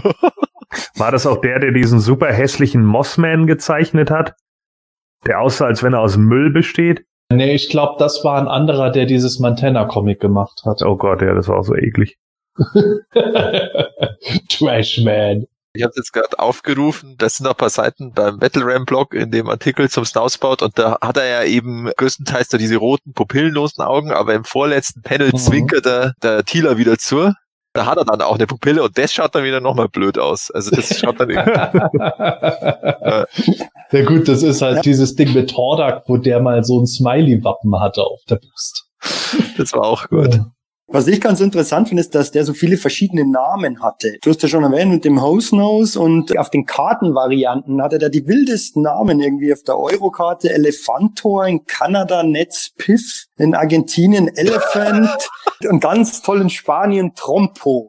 War das auch der, der diesen super hässlichen Mossman gezeichnet hat? Der aussah, als wenn er aus Müll besteht? Nee, ich glaube, das war ein anderer, der dieses Montana-Comic gemacht hat. Oh Gott, ja, das war auch so eklig. Trashman. Ich habe jetzt gerade aufgerufen, das sind noch ein paar Seiten beim Battle-Ram-Blog in dem Artikel zum Snoutspot und da hat er ja eben größtenteils da diese roten, pupillenlosen Augen, aber im vorletzten Panel mhm. zwinkert er der Teela wieder zu. Da hat er dann auch eine Pupille und das schaut dann wieder nochmal blöd aus. Also das schaut dann irgendwie... ja. Ja gut, das ist halt ja. dieses Ding mit Hordak, wo der mal so ein Smiley-Wappen hatte auf der Brust. Das war auch gut. Ja. Was ich ganz interessant finde, ist, dass der so viele verschiedene Namen hatte. Du hast ja schon erwähnt, mit dem Hosenose und auf den Kartenvarianten hatte er die wildesten Namen irgendwie auf der Eurokarte. Elefantor, in Kanada Netzpiff, in Argentinien Elephant und ganz toll in Spanien Trompo.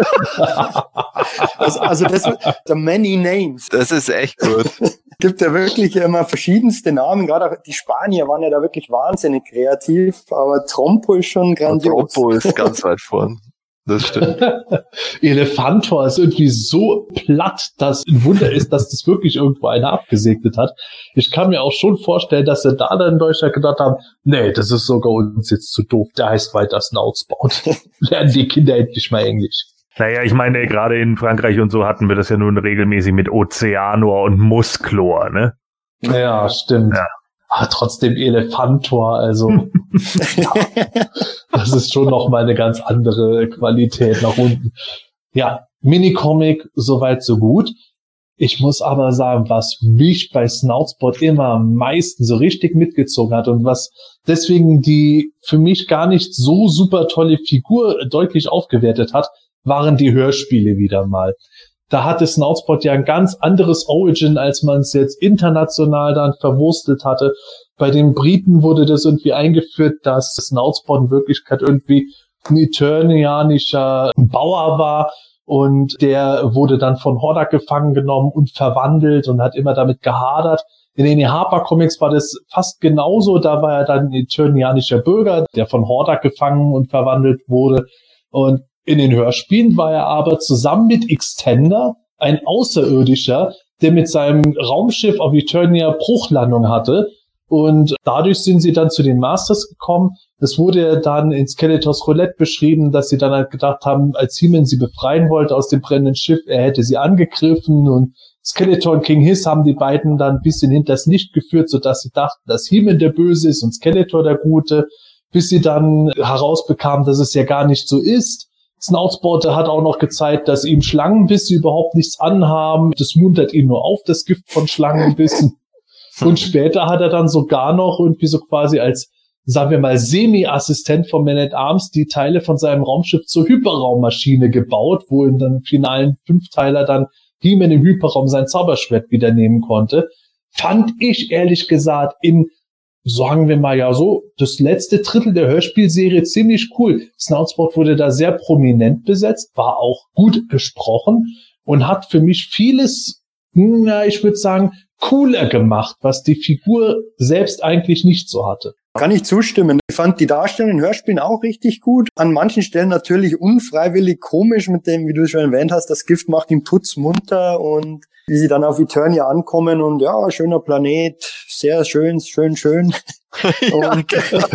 also, also das the many names. Das ist echt gut. Gibt ja wirklich immer verschiedenste Namen, gerade auch die Spanier waren ja da wirklich wahnsinnig kreativ, aber Trompo ist schon grandios. Trompo ist ganz weit vorn. Das stimmt. Elefantor ist irgendwie so platt, dass ein Wunder ist, dass das wirklich irgendwo einer abgesegnet hat. Ich kann mir auch schon vorstellen, dass sie da dann in Deutschland gedacht haben, nee, das ist sogar uns jetzt zu doof, der heißt weiter Snoutspot. Lernen die Kinder endlich mal Englisch. Naja, ich meine, gerade in Frankreich und so hatten wir das ja nun regelmäßig mit Ozeanor und Musklor, ne? Ja, stimmt. Ja. Aber trotzdem Elefantor, also ja, das ist schon noch mal eine ganz andere Qualität nach unten. Ja, Minicomic, soweit so gut. Ich muss aber sagen, was mich bei Snoutspot immer am meisten so richtig mitgezogen hat und was deswegen die für mich gar nicht so super tolle Figur deutlich aufgewertet hat, waren die Hörspiele wieder mal. Da hatte Snoutspot ja ein ganz anderes Origin, als man es jetzt international dann verwurstelt hatte. Bei den Briten wurde das irgendwie eingeführt, dass Snoutspot in Wirklichkeit irgendwie ein eternianischer Bauer war und der wurde dann von Hordak gefangen genommen und verwandelt und hat immer damit gehadert. In den Harper Comics war das fast genauso, da war er dann ein eternianischer Bürger, der von Hordak gefangen und verwandelt wurde und in den Hörspielen war er aber zusammen mit Extender ein Außerirdischer, der mit seinem Raumschiff auf Eternia Bruchlandung hatte Und dadurch sind sie dann zu den Masters gekommen. Es wurde dann in Skeletors Roulette beschrieben, dass sie dann halt gedacht haben, als He-Man sie befreien wollte aus dem brennenden Schiff, er hätte sie angegriffen. Und Skeletor und King Hiss haben die beiden dann ein bisschen hinters Licht geführt, sodass sie dachten, dass He-Man der Böse ist und Skeletor der Gute, bis sie dann herausbekamen, dass es ja gar nicht so ist. Snoutsporter hat auch noch gezeigt, dass ihm Schlangenbisse überhaupt nichts anhaben. Das muntert ihn nur auf, das Gift von Schlangenbissen. Und später hat er dann sogar noch irgendwie so quasi als, sagen wir mal, Semi-Assistent von Man at Arms die Teile von seinem Raumschiff zur Hyperraummaschine gebaut, wo in dem finalen Fünfteiler dann He-Man im Hyperraum sein Zauberschwert wieder nehmen konnte. Fand ich ehrlich gesagt in, sagen wir mal ja so, das letzte Drittel der Hörspielserie ziemlich cool. Snoutsport wurde da sehr prominent besetzt, war auch gut gesprochen und hat für mich vieles, na, ich würde sagen, cooler gemacht, was die Figur selbst eigentlich nicht so hatte. Kann ich zustimmen. Ich fand die Darstellung in Hörspielen auch richtig gut. An manchen Stellen natürlich unfreiwillig komisch mit dem, wie du schon erwähnt hast, das Gift macht ihn putzmunter und wie sie dann auf Eternia ankommen und ja, schöner Planet, sehr schön, schön, schön. Ja, und,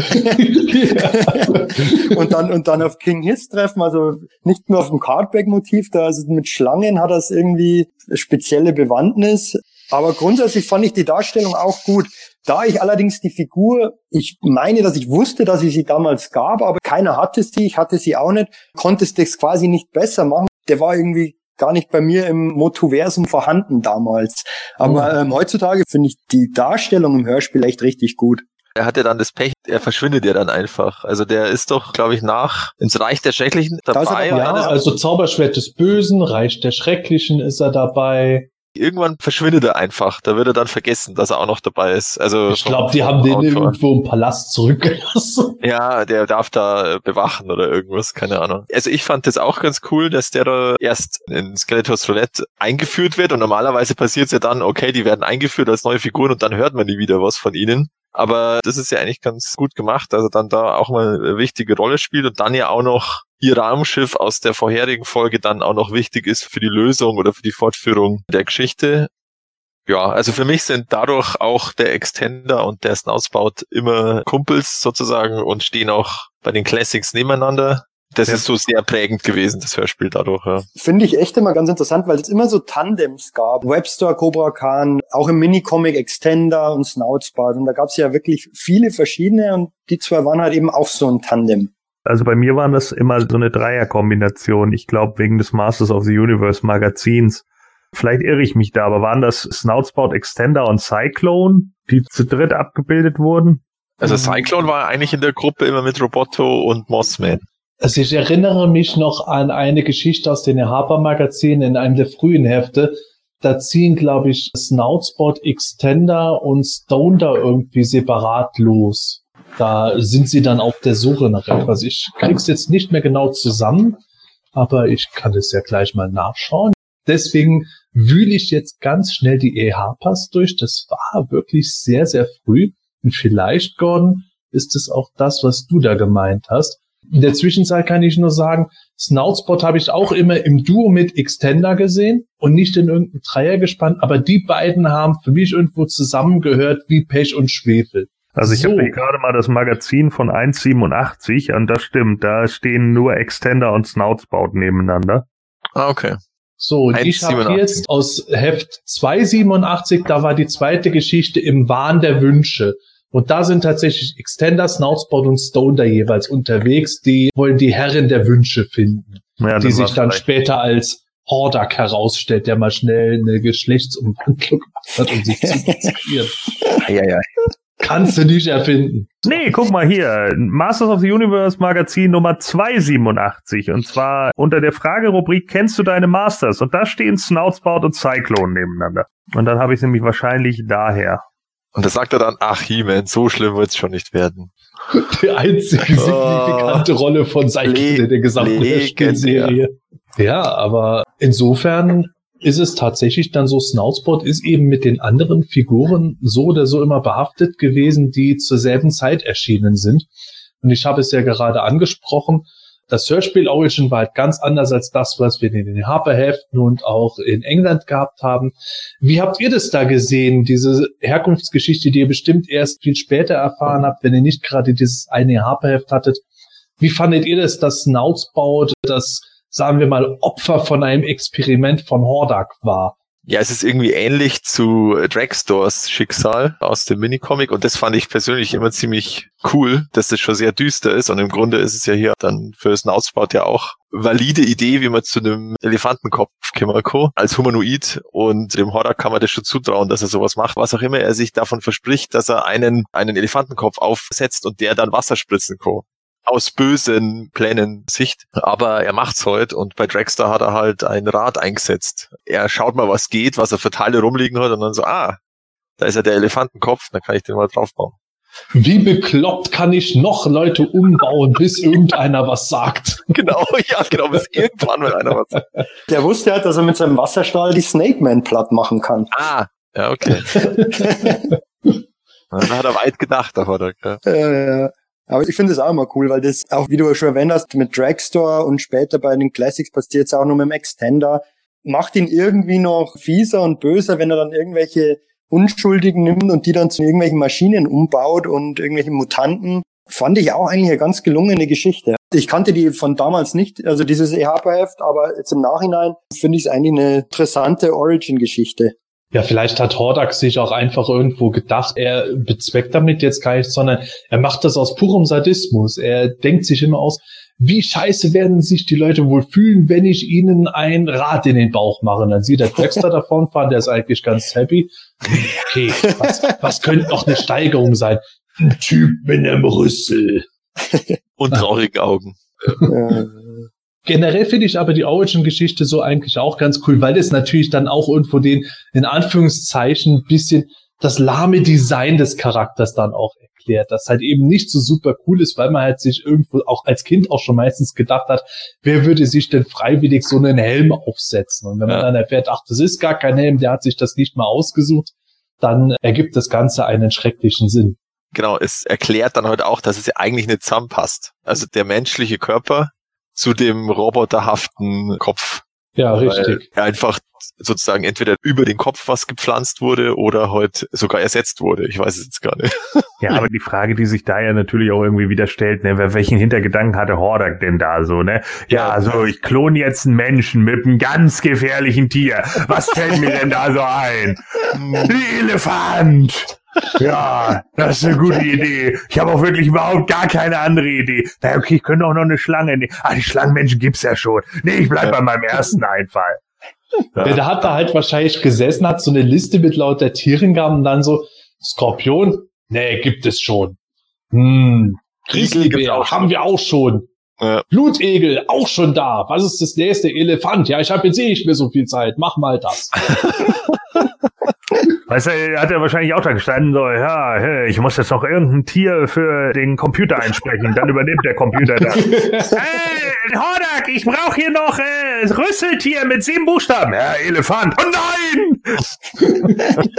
und dann und dann auf King Hiss treffen, also nicht nur auf dem Cardback-Motiv, da also mit Schlangen hat das irgendwie eine spezielle Bewandtnis. Aber grundsätzlich fand ich die Darstellung auch gut. Da ich allerdings die Figur, ich meine, dass ich wusste, dass ich sie damals gab, aber keiner hatte sie, ich hatte sie auch nicht, konnte es das quasi nicht besser machen. Der war irgendwie gar nicht bei mir im Motuversum vorhanden damals. Aber ähm, heutzutage finde ich die Darstellung im Hörspiel echt richtig gut. Er hat ja dann das Pech, er verschwindet ja dann einfach. Also der ist doch, glaube ich, nach ins Reich der Schrecklichen dabei. Ja, also Zauberschwert des Bösen, Reich der Schrecklichen ist er dabei. Irgendwann verschwindet er einfach. Da wird er dann vergessen, dass er auch noch dabei ist. Also ich glaube, die haben den irgendwo im Palast zurückgelassen. Ja, der darf da bewachen oder irgendwas, keine Ahnung. Also ich fand das auch ganz cool, dass der da erst in Skeletors Roulette eingeführt wird und normalerweise passiert es ja dann, okay, die werden eingeführt als neue Figuren und dann hört man nie wieder was von ihnen. Aber das ist ja eigentlich ganz gut gemacht, also dann da auch mal eine wichtige Rolle spielt und dann ja auch noch ihr Raumschiff aus der vorherigen Folge dann auch noch wichtig ist für die Lösung oder für die Fortführung der Geschichte. Ja, also für mich sind dadurch auch der Extender und der Snoutspout immer Kumpels sozusagen und stehen auch bei den Classics nebeneinander. Das ja. ist so sehr prägend gewesen, das Hörspiel dadurch, ja. Finde ich echt immer ganz interessant, weil es immer so Tandems gab. Webster, Cobra Khan, auch im Minicomic Extender und Snoutspout. Und da gab es ja wirklich viele verschiedene und die zwei waren halt eben auch so ein Tandem. Also bei mir waren das immer so eine Dreierkombination. Ich glaube, wegen des Masters of the Universe Magazins. Vielleicht irre ich mich da, aber waren das Snoutspout, Extender und Cyclone, die zu dritt abgebildet wurden? Also Cyclone war eigentlich in der Gruppe immer mit Roboto und Mossman. Also ich erinnere mich noch an eine Geschichte aus den Harper-Magazinen in einem der frühen Hefte. Da ziehen, glaube ich, Snoutspot, Extender und Stone da irgendwie separat los. Da sind sie dann auf der Suche nach etwas. Ich krieg's jetzt nicht mehr genau zusammen, aber ich kann es ja gleich mal nachschauen. Deswegen wühle ich jetzt ganz schnell die E Harpers durch. Das war wirklich sehr, sehr früh. Und vielleicht, Gordon, ist es auch das, was du da gemeint hast. In der Zwischenzeit kann ich nur sagen, Snoutspot habe ich auch immer im Duo mit Extender gesehen und nicht in irgendeinem Dreier gespannt, aber die beiden haben für mich irgendwo zusammengehört wie Pech und Schwefel. Also ich so. habe hier gerade mal das Magazin von eins siebenundachtzig und das stimmt, da stehen nur Extender und Snoutspot nebeneinander. Ah, okay. So, und ich habe jetzt aus Heft zwei siebenundachtzig, da war die zweite Geschichte im Wahn der Wünsche. Und da sind tatsächlich Extender, Snoutspot und Stone da jeweils unterwegs. Die wollen die Herrin der Wünsche finden, ja, die sich dann vielleicht später als Hordak herausstellt, der mal schnell eine Geschlechtsumwandlung gemacht hat, um sich zu maskieren. Ja, ja. Kannst du nicht erfinden. Nee, guck mal hier. Masters of the Universe Magazin Nummer zwei siebenundachtzig. Und zwar unter der Fragerubrik Kennst du deine Masters? Und da stehen Snoutspot und Cyclone nebeneinander. Und dann habe ich es nämlich wahrscheinlich daher. Und da sagt er dann, ach He-Man, so schlimm wird's schon nicht werden. Die einzige signifikante oh, Rolle von Cyclone in der gesamten Hörspielserie. Ja, aber insofern ist es tatsächlich dann so, Snoutspot ist eben mit den anderen Figuren so oder so immer behaftet gewesen, die zur selben Zeit erschienen sind. Und ich habe es ja gerade angesprochen, Das Hörspiel Origin war halt ganz anders als das, was wir in den Harper-Heften und auch in England gehabt haben. Wie habt ihr das da gesehen, diese Herkunftsgeschichte, die ihr bestimmt erst viel später erfahren habt, wenn ihr nicht gerade dieses eine Harper-Heft hattet? Wie fandet ihr das, dass Nautzbaut, das, sagen wir mal, Opfer von einem Experiment von Hordak war? Ja, es ist irgendwie ähnlich zu Dragstores Schicksal aus dem Minicomic und das fand ich persönlich immer ziemlich cool, dass das schon sehr düster ist und im Grunde ist es ja hier dann für das Nautzbaut ja auch valide Idee, wie man zu einem Elefantenkopf Kimako als Humanoid und dem Hordak kann man das schon zutrauen, dass er sowas macht, was auch immer er sich davon verspricht, dass er einen einen Elefantenkopf aufsetzt und der dann Wasser spritzen kann. Aus bösen Plänen Sicht, aber er macht's heute und bei Dragster hat er halt ein Rad eingesetzt. Er schaut mal, was geht, was er für Teile rumliegen hat und dann so, ah, da ist ja der Elefantenkopf, dann kann ich den mal draufbauen. Wie bekloppt kann ich noch Leute umbauen, bis irgendeiner was sagt? Genau, ja, genau, bis irgendwann mal einer was sagt. Der wusste halt, dass er mit seinem Wasserstrahl die Snake Man platt machen kann. Ah, ja, okay. Da hat er weit gedacht, der Hordak, ja. Ja, ja. Aber ich finde es auch immer cool, weil das auch, wie du schon erwähnt hast, mit Dragstore und später bei den Classics passiert es auch nur mit dem Extender, macht ihn irgendwie noch fieser und böser, wenn er dann irgendwelche Unschuldigen nimmt und die dann zu irgendwelchen Maschinen umbaut und irgendwelchen Mutanten. Fand ich auch eigentlich eine ganz gelungene Geschichte. Ich kannte die von damals nicht, also dieses E-Harper-Heft, aber jetzt im Nachhinein finde ich es eigentlich eine interessante Origin-Geschichte. Ja, vielleicht hat Hordak sich auch einfach irgendwo gedacht, er bezweckt damit jetzt gar nichts, sondern er macht das aus purem Sadismus. Er denkt sich immer aus, wie scheiße werden sich die Leute wohl fühlen, wenn ich ihnen ein Rad in den Bauch mache. Und dann sieht der Dragster davon fahren, der ist eigentlich ganz happy. Okay, was, was könnte noch eine Steigerung sein? Ein Typ mit einem Rüssel. Und traurigen Augen. Ja. Generell finde ich aber die Origin-Geschichte so eigentlich auch ganz cool, weil das natürlich dann auch irgendwo den, in Anführungszeichen, ein bisschen das lahme Design des Charakters dann auch erklärt, das halt eben nicht so super cool ist, weil man halt sich irgendwo auch als Kind auch schon meistens gedacht hat, wer würde sich denn freiwillig so einen Helm aufsetzen? Und wenn man ja. dann erfährt, ach, das ist gar kein Helm, der hat sich das nicht mal ausgesucht, dann ergibt das Ganze einen schrecklichen Sinn. Genau, es erklärt dann halt auch, dass es ja eigentlich nicht zusammenpasst. Also der menschliche Körper zu dem roboterhaften Kopf. Ja, richtig. Weil einfach sozusagen entweder über den Kopf was gepflanzt wurde oder halt sogar ersetzt wurde. Ich weiß es jetzt gar nicht. Ja, aber die Frage, die sich da ja natürlich auch irgendwie wieder stellt, ne, welchen Hintergedanken hatte Hordak denn da so, ne? Ja, also ich klone jetzt einen Menschen mit einem ganz gefährlichen Tier. Was fällt mir denn da so ein? Ein Elefant! Ja, das ist eine gute Idee. Ich habe auch wirklich überhaupt gar keine andere Idee. Na okay, ich könnte auch noch eine Schlange nehmen. Ah, die Schlangenmenschen gibt's ja schon. Nee, ich bleib bei meinem ersten Einfall. Ja. Ja, da hat er halt wahrscheinlich gesessen, hat so eine Liste mit lauter Tieren gehabt und dann so, Skorpion? Nee, gibt es schon. Hm, Grizzlybär haben wir auch schon. Ja. Blutegel, auch schon da. Was ist das nächste? Elefant. Ja, ich habe jetzt eh nicht mehr so viel Zeit. Mach mal das. Weißt du, hat er wahrscheinlich auch da gestanden, so, ja, ich muss jetzt noch irgendein Tier für den Computer einsprechen, dann übernimmt der Computer das. Hey, Hordak, ich brauche hier noch äh, Rüsseltier mit sieben Buchstaben. Ja, Elefant. Oh nein!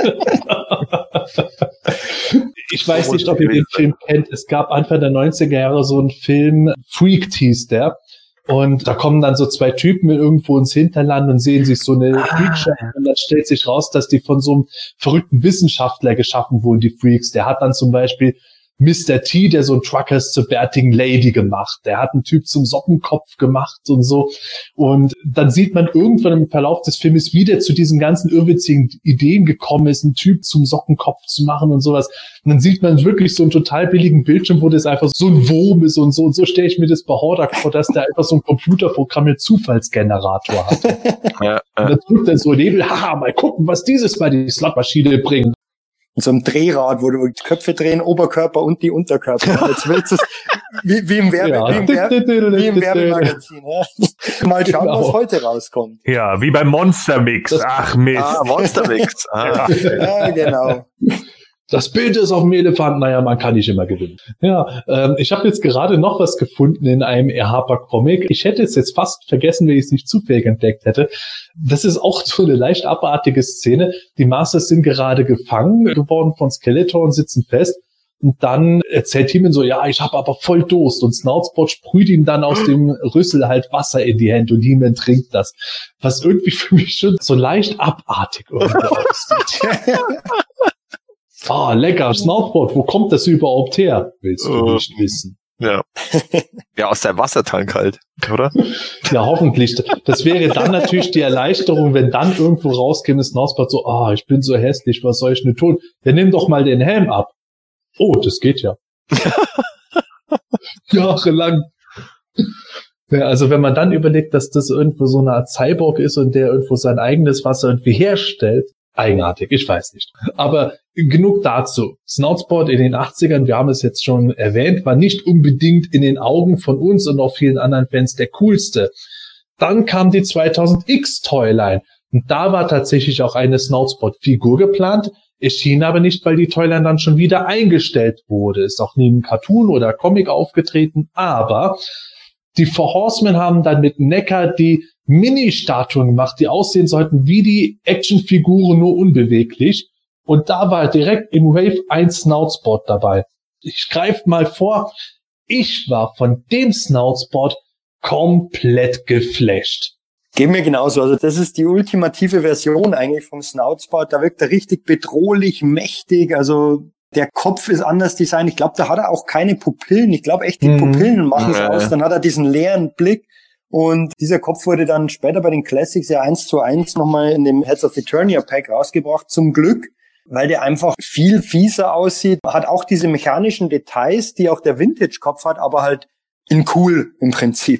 Ich weiß nicht, ob ihr den Film kennt. Es gab Anfang der neunziger Jahre so einen Film, Freaked hieß der. Und da kommen dann so zwei Typen irgendwo ins Hinterland und sehen sich so eine ah. Freakshow. Und dann stellt sich raus, dass die von so einem verrückten Wissenschaftler geschaffen wurden, die Freaks. Der hat dann zum Beispiel Mister T, der so ein Trucker ist, zur bärtigen Lady gemacht. Der hat einen Typ zum Sockenkopf gemacht und so. Und dann sieht man irgendwann im Verlauf des Filmes, wie der zu diesen ganzen irrwitzigen Ideen gekommen ist, einen Typ zum Sockenkopf zu machen und sowas. Und dann sieht man wirklich so einen total billigen Bildschirm, wo das einfach so ein Wurm ist und so. Und so stelle ich mir das bei Hordak vor, dass der einfach so ein Computerprogramm mit Zufallsgenerator hat. Ja, äh. Und dann drückt er so Nebel, haha, mal gucken, was dieses Mal die Slotmaschine bringt. In so einem Drehrad, wo du die Köpfe drehen, Oberkörper und die Unterkörper. Jetzt willst du es wie, wie im Werbe, ja. wie im Werbe, wie im Werbemagazin. Ja. Mal schauen, genau. was heute rauskommt. Ja, wie beim Monster Mix. Das, Ach Mist. Ah, Monster Mix. Ah. Ja, genau. Das Bild ist auf dem Elefant, naja, man kann nicht immer gewinnen. Ja, ähm, ich habe jetzt gerade noch was gefunden in einem E. Harper Comic. Ich hätte es jetzt fast vergessen, wenn ich es nicht zufällig entdeckt hätte. Das ist auch so eine leicht abartige Szene. Die Masters sind gerade gefangen geworden von Skeletor und sitzen fest. Und dann erzählt He-Man so, ja, ich habe aber voll Durst. Und Snoutspot sprüht ihm dann aus dem Rüssel halt Wasser in die Hände und He-Man trinkt das. Was irgendwie für mich schon so leicht abartig irgendwie aussieht. Ah, oh, lecker, Snoutspot, wo kommt das überhaupt her? Willst du nicht wissen. Ja. Ja, aus seinem Wassertank halt, oder? Ja, hoffentlich. Das wäre dann natürlich die Erleichterung, wenn dann irgendwo rauskäme, Snoutspot so, ah, ich bin so hässlich, was soll ich denn tun? Dann nimm doch mal den Helm ab. Oh, das geht ja. Jahrelang. Ja, also wenn man dann überlegt, dass das irgendwo so eine Art Cyborg ist und der irgendwo sein eigenes Wasser irgendwie herstellt, eigenartig, ich weiß nicht. Aber genug dazu. Snoutspot in den achtzigern, wir haben es jetzt schon erwähnt, war nicht unbedingt in den Augen von uns und auch vielen anderen Fans der coolste. Dann kam die zweitausend X Toyline und da war tatsächlich auch eine Snoutspot-Figur geplant, erschien aber nicht, weil die Toyline dann schon wieder eingestellt wurde. Ist auch nie im Cartoon oder Comic aufgetreten, aber die Four Horsemen haben dann mit Necker die Mini-Statuen gemacht, die aussehen sollten wie die Actionfiguren, nur unbeweglich. Und da war direkt im Wave ein Snoutspot dabei. Ich greife mal vor, ich war von dem Snoutspot komplett geflasht. Geht mir genauso. Also das ist die ultimative Version eigentlich vom Snoutspot. Da wirkt er richtig bedrohlich, mächtig. Also der Kopf ist anders designt. Ich glaube, da hat er auch keine Pupillen. Ich glaube echt, die mhm. Pupillen machen es ja. aus. Dann hat er diesen leeren Blick. Und dieser Kopf wurde dann später bei den Classics ja eins zu eins nochmal in dem Heads of Eternia Pack rausgebracht. Zum Glück, weil der einfach viel fieser aussieht. Hat auch diese mechanischen Details, die auch der Vintage-Kopf hat, aber halt in cool im Prinzip.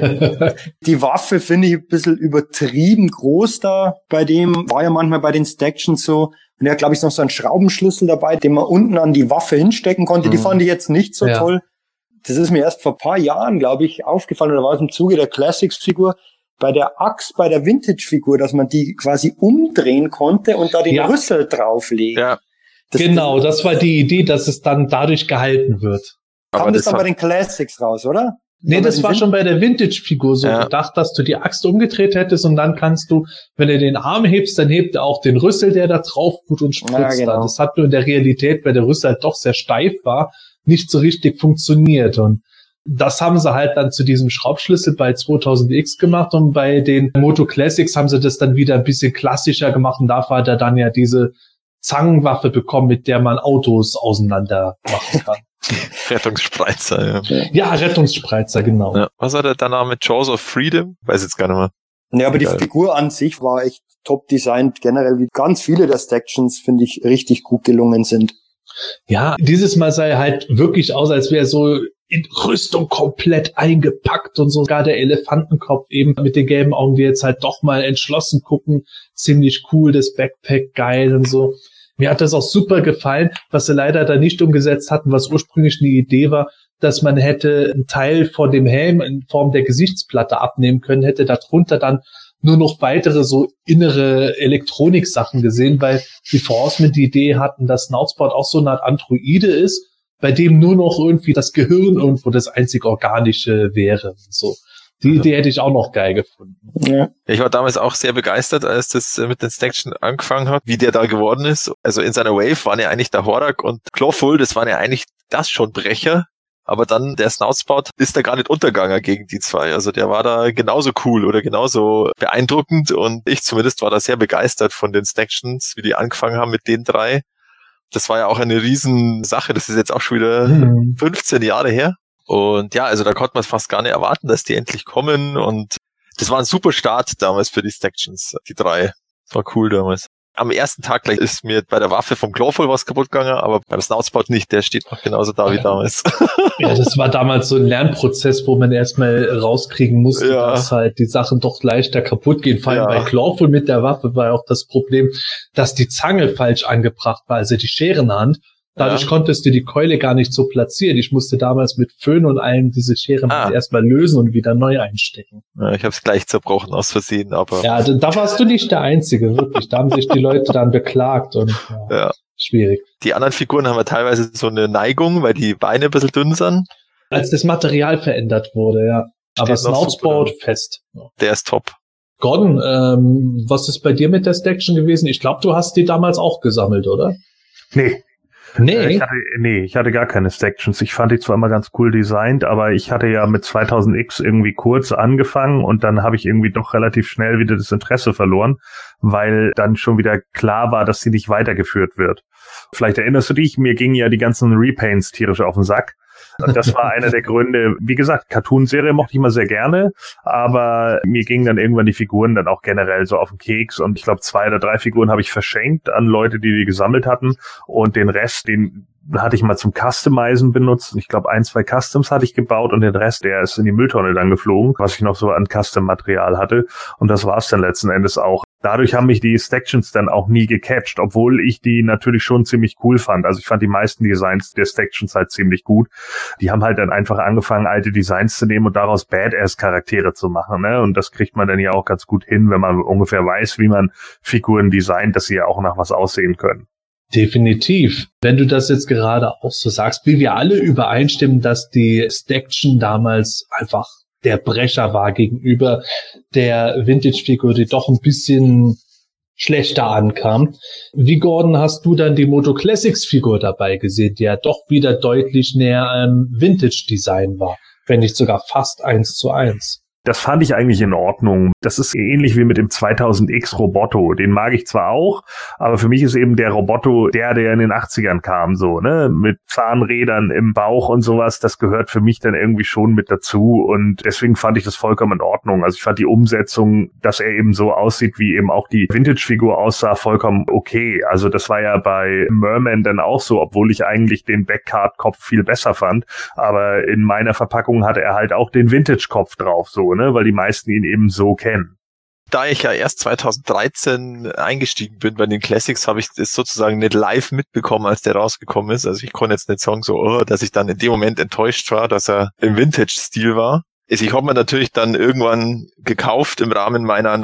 Die Waffe finde ich ein bisschen übertrieben groß da. Bei dem war ja manchmal bei den Stactions so. Und er hat, glaube ich, noch so einen Schraubenschlüssel dabei, den man unten an die Waffe hinstecken konnte. Mhm. Die fand ich jetzt nicht so ja. toll. Das ist mir erst vor ein paar Jahren, glaube ich, aufgefallen. Oder war es im Zuge der Classics-Figur. Bei der Axt, bei der Vintage-Figur, dass man die quasi umdrehen konnte und da den ja. Rüssel drauflegen. Ja. Das, genau, das, das war die Idee, dass es dann dadurch gehalten wird. Kam das, das dann bei den Classics raus, oder? Nee, das war schon bei der Vintage-Figur so ja. gedacht, dass du die Axt umgedreht hättest und dann kannst du, wenn du den Arm hebst, dann hebt er auch den Rüssel, der da drauf tut und spritzt ja, genau. dann. Das hat nur in der Realität, weil der Rüssel halt doch sehr steif war, nicht so richtig funktioniert. Und das haben sie halt dann zu diesem Schraubschlüssel bei zweitausend X gemacht und bei den Moto Classics haben sie das dann wieder ein bisschen klassischer gemacht und dafür hat er dann ja diese Zangenwaffe bekommen, mit der man Autos auseinander machen kann. Rettungsspreizer, ja. Ja, Rettungsspreizer, genau. Ja. Was hat er danach mit Jaws of Freedom? Weiß jetzt gar nicht mehr. Ja, aber die Geil. Figur an sich war echt top designt. Generell, wie ganz viele der Stactions, finde ich, richtig gut gelungen sind. Ja, dieses Mal sah er halt wirklich aus, als wäre er so in Rüstung komplett eingepackt und sogar der Elefantenkopf eben mit den gelben Augen, die jetzt halt doch mal entschlossen gucken. Ziemlich cool, das Backpack geil und so. Mir hat das auch super gefallen, was sie leider da nicht umgesetzt hatten, was ursprünglich eine Idee war, dass man hätte einen Teil von dem Helm in Form der Gesichtsplatte abnehmen können, hätte darunter dann nur noch weitere so innere Elektronik-Sachen gesehen, weil die Four Horsemen die Idee hatten, dass Snoutspot auch so eine Art Androide ist, bei dem nur noch irgendwie das Gehirn irgendwo das einzig Organische wäre. So. Die Idee hätte ich auch noch geil gefunden. Ja. Ich war damals auch sehr begeistert, als das mit den Staction angefangen hat, wie der da geworden ist. Also in seiner Wave waren ja eigentlich der Horak und Clawful, das waren ja eigentlich das schon Brecher. Aber dann der Snoutspot ist da gar nicht untergegangen gegen die zwei. Also der war da genauso cool oder genauso beeindruckend. Und ich zumindest war da sehr begeistert von den Stactions, wie die angefangen haben mit den drei. Das war ja auch eine Riesensache. Das ist jetzt auch schon wieder mhm. fünfzehn Jahre her. Und ja, also da konnte man fast gar nicht erwarten, dass die endlich kommen. Und das war ein super Start damals für die Stactions, die drei. Das war cool damals. Am ersten Tag gleich ist mir bei der Waffe vom Clawful was kaputt gegangen, aber beim Snoutspot nicht. Der steht noch genauso da wie damals. Ja, das war damals so ein Lernprozess, wo man erstmal rauskriegen musste, ja. dass halt die Sachen doch leichter kaputt gehen. Vor allem ja. bei Clawful mit der Waffe war auch das Problem, dass die Zange falsch angebracht war, also die Scherenhand. Dadurch ja. konntest du die Keule gar nicht so platzieren. Ich musste damals mit Föhn und allem diese Schere ah. erstmal lösen und wieder neu einstecken. Ja, ich habe es gleich zerbrochen aus Versehen, aber... Ja, da, da warst du nicht der Einzige, wirklich. Da haben sich die Leute dann beklagt und ja, ja. schwierig. Die anderen Figuren haben ja teilweise so eine Neigung, weil die Beine ein bisschen dünn sind. Als das Material verändert wurde, ja. Steht aber Snoutspot fest. Der ist top. Gordon, ähm, was ist bei dir mit der Staction gewesen? Ich glaube, du hast die damals auch gesammelt, oder? Nee. Nee. Ich hatte, nee, ich hatte gar keine Sections. Ich fand die zwar immer ganz cool designt, aber ich hatte ja mit zweitausend X irgendwie kurz angefangen und dann habe ich irgendwie doch relativ schnell wieder das Interesse verloren, weil dann schon wieder klar war, dass sie nicht weitergeführt wird. Vielleicht erinnerst du dich, mir gingen ja die ganzen Repaints tierisch auf den Sack. Das war einer der Gründe. Wie gesagt, Cartoon-Serie mochte ich mal sehr gerne, aber mir gingen dann irgendwann die Figuren dann auch generell so auf den Keks und ich glaube, zwei oder drei Figuren habe ich verschenkt an Leute, die die gesammelt hatten und den Rest, den hatte ich mal zum Customizen benutzt. Ich glaube, ein, zwei Customs hatte ich gebaut und den Rest, der ist in die Mülltonne dann geflogen, was ich noch so an Custom-Material hatte. Und das war es dann letzten Endes auch. Dadurch haben mich die Sections dann auch nie gecatcht, obwohl ich die natürlich schon ziemlich cool fand. Also ich fand die meisten Designs der Sections halt ziemlich gut. Die haben halt dann einfach angefangen, alte Designs zu nehmen und daraus Badass-Charaktere zu machen, ne? Und das kriegt man dann ja auch ganz gut hin, wenn man ungefähr weiß, wie man Figuren designt, dass sie ja auch nach was aussehen können. Definitiv. Wenn du das jetzt gerade auch so sagst, wie wir alle übereinstimmen, dass die Staction damals einfach der Brecher war gegenüber der Vintage-Figur, die doch ein bisschen schlechter ankam. Wie, Gordon, hast du dann die Moto Classics-Figur dabei gesehen, die ja doch wieder deutlich näher am Vintage-Design war, wenn nicht sogar fast eins zu eins? Das fand ich eigentlich in Ordnung. Das ist ähnlich wie mit dem zweitausend X Roboto. Den mag ich zwar auch, aber für mich ist eben der Roboto der, der in den achtzigern kam, so, ne, mit Zahnrädern im Bauch und sowas. Das gehört für mich dann irgendwie schon mit dazu und deswegen fand ich das vollkommen in Ordnung. Also ich fand die Umsetzung, dass er eben so aussieht, wie eben auch die Vintage-Figur aussah, vollkommen okay. Also das war ja bei Merman dann auch so, obwohl ich eigentlich den Backcard-Kopf viel besser fand. Aber in meiner Verpackung hatte er halt auch den Vintage-Kopf drauf, so, ne, weil die meisten ihn eben so kennen. Da ich ja erst zweitausenddreizehn eingestiegen bin bei den Classics, habe ich das sozusagen nicht live mitbekommen, als der rausgekommen ist. Also ich konnte jetzt nicht sagen, so, oh, dass ich dann in dem Moment enttäuscht war, dass er im Vintage-Stil war. Also ich habe mir natürlich dann irgendwann gekauft im Rahmen meiner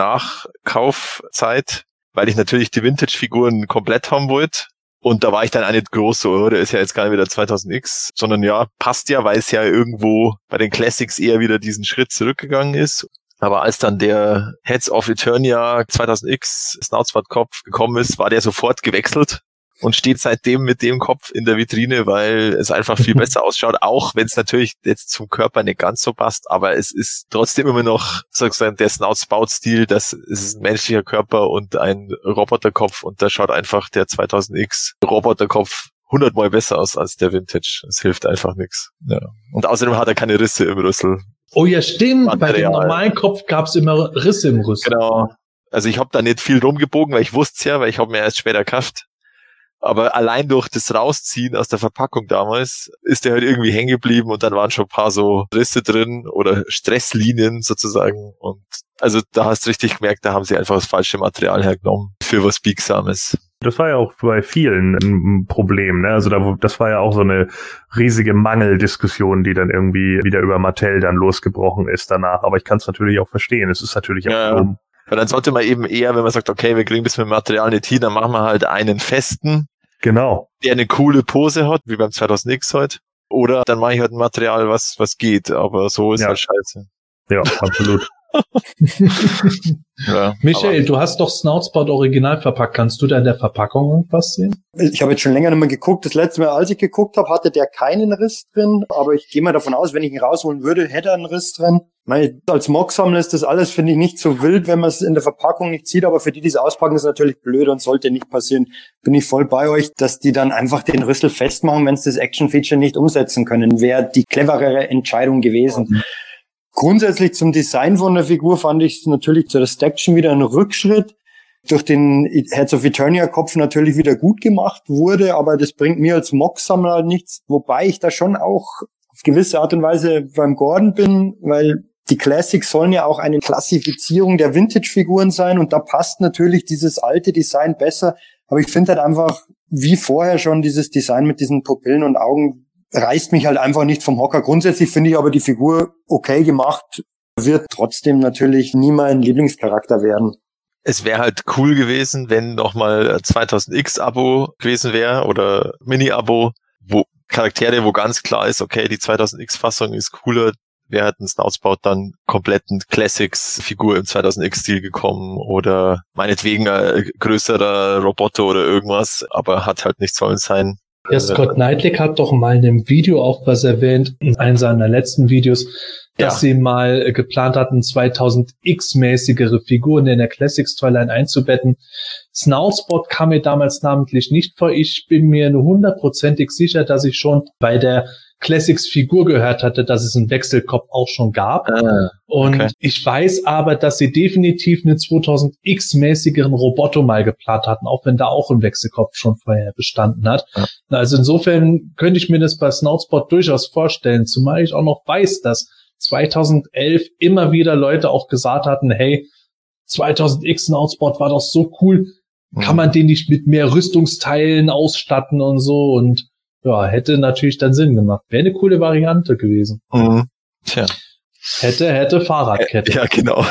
Nachkaufzeit, weil ich natürlich die Vintage-Figuren komplett haben wollte. Und da war ich dann auch nicht groß so, oh, der ist ja jetzt gar nicht wieder zweitausend X, sondern ja, passt ja, weil es ja irgendwo bei den Classics eher wieder diesen Schritt zurückgegangen ist. Aber als dann der Heads of Eternia zweitausend X Snoutspot-Kopf gekommen ist, war der sofort gewechselt und steht seitdem mit dem Kopf in der Vitrine, weil es einfach viel besser ausschaut, auch wenn es natürlich jetzt zum Körper nicht ganz so passt, aber es ist trotzdem immer noch sozusagen der Snout-Spout-Stil, das ist ein menschlicher Körper und ein Roboterkopf und da schaut einfach der zweitausend X Roboterkopf hundertmal besser aus als der Vintage. Es hilft einfach nichts. Ja. Und außerdem hat er keine Risse im Rüssel. Oh ja, stimmt. Material. Bei dem normalen Kopf gab es immer Risse im Rüssel. Genau. Also ich habe da nicht viel rumgebogen, weil ich wusste es ja, weil ich habe mir erst später gekauft. Aber allein durch das Rausziehen aus der Verpackung damals ist der halt irgendwie hängen geblieben und dann waren schon ein paar so Risse drin oder Stresslinien sozusagen. Und also da hast du richtig gemerkt, da haben sie einfach das falsche Material hergenommen für was Biegsames. Das war ja auch bei vielen ein Problem, ne? Also da, das war ja auch so eine riesige Mangeldiskussion, die dann irgendwie wieder über Mattel dann losgebrochen ist danach. Aber ich kann es natürlich auch verstehen. Es ist natürlich auch ja, dumm. Weil dann sollte man eben eher, wenn man sagt, okay, wir kriegen das mit dem Material nicht hin, dann machen wir halt einen festen. Genau. Der eine coole Pose hat, wie beim zweitausend X halt. Oder dann mache ich halt ein Material, was was geht. Aber so ist ja halt scheiße. Ja, absolut. Ja, Michael, du hast doch Snoutspot original verpackt. Kannst du da in der Verpackung irgendwas sehen? Ich habe jetzt schon länger nicht mehr geguckt. Das letzte Mal, als ich geguckt habe, hatte der keinen Riss drin. Aber ich gehe mal davon aus, wenn ich ihn rausholen würde, hätte er einen Riss drin. Meine, als Mock-Sammler ist das alles, finde ich, nicht so wild, wenn man es in der Verpackung nicht sieht. Aber für die, die es auspacken, ist es natürlich blöd und sollte nicht passieren. Bin ich voll bei euch, dass die dann einfach den Rüssel festmachen, wenn sie das Action-Feature nicht umsetzen können. Wäre die cleverere Entscheidung gewesen. Mhm. Grundsätzlich zum Design von der Figur fand ich natürlich zu der Staction wieder ein Rückschritt. Durch den Heads of Eternia Kopf natürlich wieder gut gemacht wurde, aber das bringt mir als Mock-Sammler halt nichts. Wobei ich da schon auch auf gewisse Art und Weise beim Gordon bin, weil die Classics sollen ja auch eine Klassifizierung der Vintage-Figuren sein und da passt natürlich dieses alte Design besser. Aber ich finde halt einfach, wie vorher schon, dieses Design mit diesen Pupillen und Augen reißt mich halt einfach nicht vom Hocker. Grundsätzlich finde ich aber die Figur okay gemacht, wird trotzdem natürlich nie mein Lieblingscharakter werden. Es wäre halt cool gewesen, wenn nochmal zweitausend X Abo gewesen wäre oder Mini-Abo, wo Charaktere, wo ganz klar ist, okay, die zweitausend X Fassung ist cooler, wäre halt ein Snoutspot dann kompletten Classics-Figur im zweitausend X Stil gekommen oder meinetwegen ein größerer Roboter oder irgendwas, aber hat halt nicht sollen sein. Ja, Scott Neitlich hat doch mal in einem Video auch was erwähnt, in einem seiner letzten Videos, dass ja. sie mal geplant hatten, zweitausend X-mäßigere Figuren in der Classics Toyline einzubetten. Snoutspot kam mir damals namentlich nicht vor. Ich bin mir nur hundertprozentig sicher, dass ich schon bei der Classics Figur gehört hatte, dass es einen Wechselkopf auch schon gab. Ah, und okay. ich weiß aber, dass sie definitiv einen zweitausend X-mäßigeren Roboto mal geplant hatten, auch wenn da auch ein Wechselkopf schon vorher bestanden hat. Ja. Also insofern könnte ich mir das bei Snoutspot durchaus vorstellen, zumal ich auch noch weiß, dass zweitausendelf immer wieder Leute auch gesagt hatten, hey, zweitausend X Snoutspot war doch so cool, mhm. kann man den nicht mit mehr Rüstungsteilen ausstatten und so, und ja, hätte natürlich dann Sinn gemacht. Wäre eine coole Variante gewesen. Mhm. Tja. Hätte, hätte Fahrradkette. Ja, genau.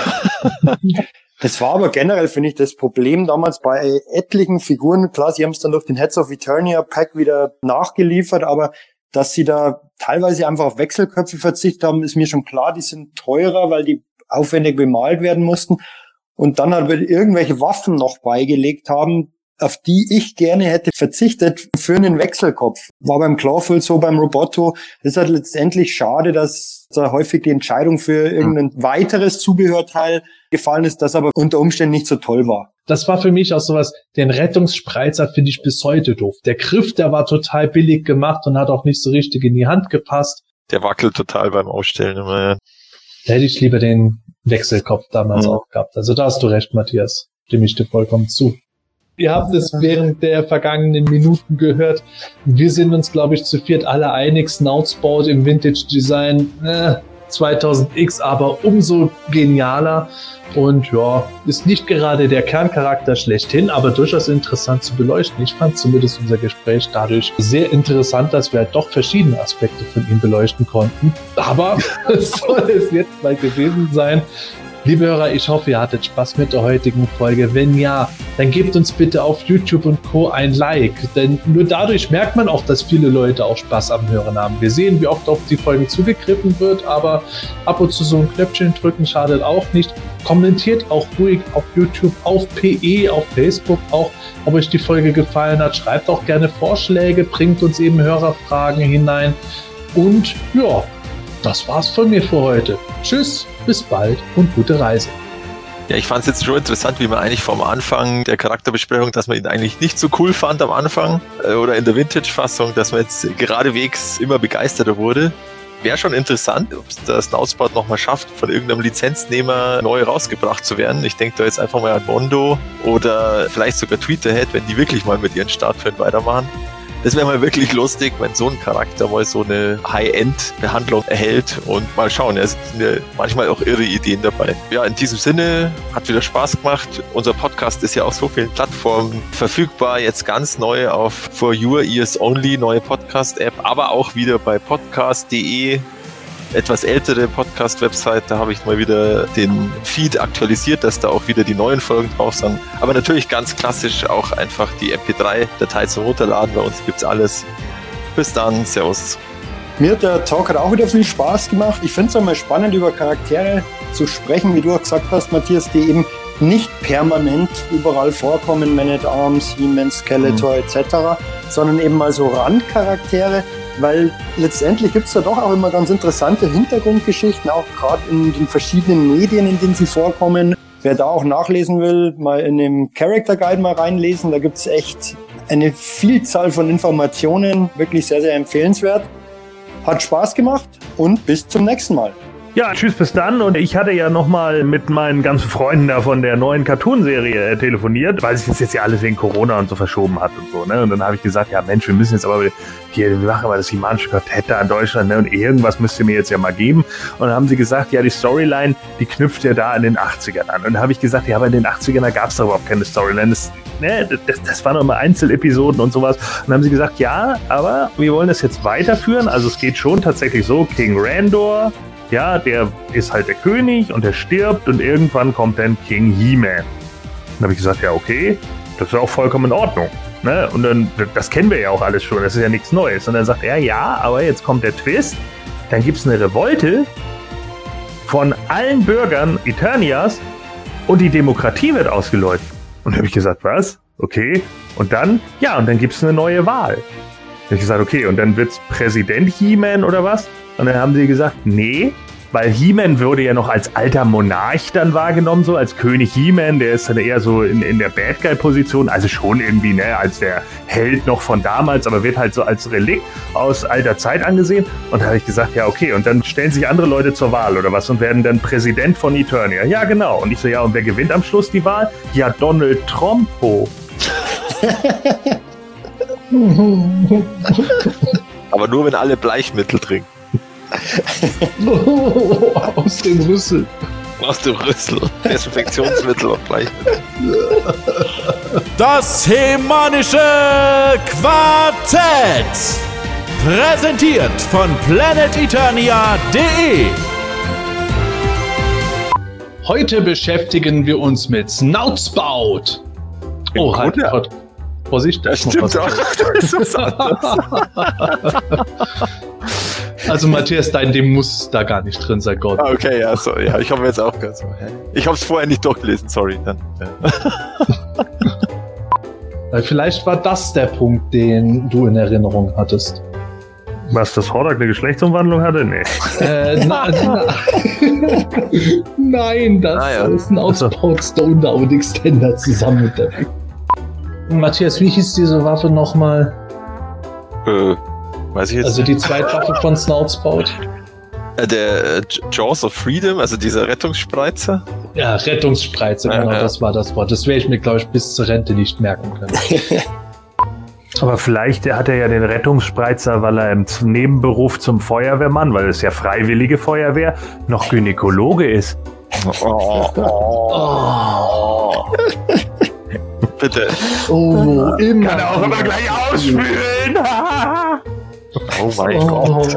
Das war aber generell, finde ich, das Problem damals bei etlichen Figuren. Klar, sie haben es dann durch den Heads of Eternia Pack wieder nachgeliefert, aber dass sie da teilweise einfach auf Wechselköpfe verzichtet haben, ist mir schon klar. Die sind teurer, weil die aufwendig bemalt werden mussten. Und dann halt irgendwelche Waffen noch beigelegt haben, auf die ich gerne hätte verzichtet für einen Wechselkopf. War beim Clawful so, beim Roboto. Das ist halt letztendlich schade, dass da häufig die Entscheidung für irgendein weiteres Zubehörteil gefallen ist, das aber unter Umständen nicht so toll war. Das war für mich auch sowas, den Rettungsspreizer finde ich bis heute doof. Der Griff, der war total billig gemacht und hat auch nicht so richtig in die Hand gepasst. Der wackelt total beim Ausstellen immer, ja. Da hätte ich lieber den Wechselkopf damals mhm. auch gehabt. Also da hast du recht, Matthias. Stimme ich dir vollkommen zu. Ihr habt es während der vergangenen Minuten gehört. Wir sind uns, glaube ich, zu viert alle einig. Snoutspot im Vintage-Design äh, zweitausend X, aber umso genialer. Und ja, ist nicht gerade der Kerncharakter schlechthin, aber durchaus interessant zu beleuchten. Ich fand zumindest unser Gespräch dadurch sehr interessant, dass wir halt doch verschiedene Aspekte von ihm beleuchten konnten. Aber soll es jetzt mal gewesen sein. Liebe Hörer, ich hoffe, ihr hattet Spaß mit der heutigen Folge. Wenn ja, dann gebt uns bitte auf YouTube und Co. ein Like, denn nur dadurch merkt man auch, dass viele Leute auch Spaß am Hören haben. Wir sehen, wie oft auf die Folgen zugegriffen wird, aber ab und zu so ein Knöpfchen drücken schadet auch nicht. Kommentiert auch ruhig auf YouTube, auf P E, auf Facebook auch, ob euch die Folge gefallen hat. Schreibt auch gerne Vorschläge, bringt uns eben Hörerfragen hinein. Und ja, das war's von mir für heute. Tschüss, bis bald und gute Reise. Ja, ich fand es jetzt schon interessant, wie man eigentlich vom Anfang der Charakterbesprechung, dass man ihn eigentlich nicht so cool fand am Anfang äh, oder in der Vintage-Fassung, dass man jetzt geradewegs immer begeisterter wurde. Wäre schon interessant, ob es der Snoutspot nochmal schafft, von irgendeinem Lizenznehmer neu rausgebracht zu werden. Ich denke da jetzt einfach mal an Mondo oder vielleicht sogar Tweeterhead, wenn die wirklich mal mit ihren Startfilmen weitermachen. Das wäre mal wirklich lustig, wenn so ein Charakter mal so eine High-End-Behandlung erhält, und mal schauen, es sind ja manchmal auch irre Ideen dabei. Ja, in diesem Sinne, hat wieder Spaß gemacht. Unser Podcast ist ja auf so vielen Plattformen verfügbar, jetzt ganz neu auf For Your Ears Only, neue Podcast-App, aber auch wieder bei podcast punkt de, etwas ältere Podcast-Website, da habe ich mal wieder den Feed aktualisiert, dass da auch wieder die neuen Folgen drauf sind. Aber natürlich ganz klassisch auch einfach die M P drei Datei zum Runterladen. Bei uns gibt's alles. Bis dann, servus. Mir hat der Talk hat auch wieder viel Spaß gemacht. Ich finde es auch mal spannend, über Charaktere zu sprechen, wie du auch gesagt hast, Matthias, die eben nicht permanent überall vorkommen, Man at Arms, He-Man, Skeletor mhm. et cetera, sondern eben mal so Randcharaktere. Weil letztendlich gibt es da doch auch immer ganz interessante Hintergrundgeschichten, auch gerade in den verschiedenen Medien, in denen sie vorkommen. Wer da auch nachlesen will, mal in dem Character Guide mal reinlesen. Da gibt es echt eine Vielzahl von Informationen, wirklich sehr, sehr empfehlenswert. Hat Spaß gemacht und bis zum nächsten Mal. Ja, tschüss, bis dann. Und ich hatte ja nochmal mit meinen ganzen Freunden da von der neuen Cartoon-Serie äh, telefoniert, weil sich das jetzt ja alles wegen Corona und so verschoben hat und so, ne? Und dann habe ich gesagt, ja Mensch, wir müssen jetzt aber hier, wir machen mal das He-Man Quartett da in Deutschland, ne? Und irgendwas müsst ihr mir jetzt ja mal geben. Und dann haben sie gesagt, ja, die Storyline, die knüpft ja da in den achtzigern an. Und dann habe ich gesagt, ja, aber in den achtzigern, da gab es doch überhaupt keine Storyline. Das, ne, das, das waren immer Einzelepisoden und sowas. Und dann haben sie gesagt, ja, aber wir wollen das jetzt weiterführen. Also es geht schon tatsächlich so, King Randor, ja, der ist halt der König und der stirbt und irgendwann kommt dann King He-Man. Dann habe ich gesagt, ja okay, das ist auch vollkommen in Ordnung. Ne? Und dann, das kennen wir ja auch alles schon, das ist ja nichts Neues. Und dann sagt er, ja, aber jetzt kommt der Twist, dann gibt es eine Revolte von allen Bürgern Eternias und die Demokratie wird ausgeläutet. Und dann habe ich gesagt, was? Okay. Und dann, ja, und dann gibt es eine neue Wahl. habe ich gesagt, okay, und dann wird's Präsident He-Man oder was? Und dann haben sie gesagt, nee, weil He-Man wurde ja noch als alter Monarch dann wahrgenommen, so als König He-Man, der ist dann eher so in, in der Bad Guy-Position, also schon irgendwie, ne, als der Held noch von damals, aber wird halt so als Relikt aus alter Zeit angesehen. Und da habe ich gesagt, ja, okay, und dann stellen sich andere Leute zur Wahl oder was und werden dann Präsident von Eternia. Ja, genau. Und ich so, ja, und wer gewinnt am Schluss die Wahl? Ja, Donald Trumpo. Aber nur, wenn alle Bleichmittel trinken. Oh, aus dem Rüssel. Aus dem Rüssel. Desinfektionsmittel und Bleichmittel. Das Hemanische Quartett. Präsentiert von planet eternia punkt de. Heute beschäftigen wir uns mit Snoutspout. Oh, halt, Gott. Vorsicht, das stimmt auch. Das ist was anderes. Also Matthias, dein Dem muss da gar nicht drin sein, Gott. Okay, ja, sorry. Ja, ich habe jetzt auch gehört. Ich habe es vorher nicht durchgelesen, sorry. Dann, ja. Vielleicht war das der Punkt, den du in Erinnerung hattest. Was, das Hordak eine Geschlechtsumwandlung hatte? Nee. Äh, na, na, Nein, das ah, ja. ist ein Ausbau Stoner und Extender zusammen mit der. Matthias, wie hieß diese Waffe nochmal? Äh, weiß ich jetzt Also die Zweitwaffe von Snoutspout? Äh, der äh, Jaws of Freedom, also dieser Rettungsspreizer? Ja, Rettungsspreizer, ja, genau, ja. das war das Wort. Das werde ich mir, glaube ich, bis zur Rente nicht merken können. Aber vielleicht hat er ja den Rettungsspreizer, weil er im Nebenberuf zum Feuerwehrmann, weil es ja freiwillige Feuerwehr, noch Gynäkologe ist. Oh, oh, oh. Bitte. Oh, immer. Kann er auch immer gleich ausspülen. Oh mein oh. Gott.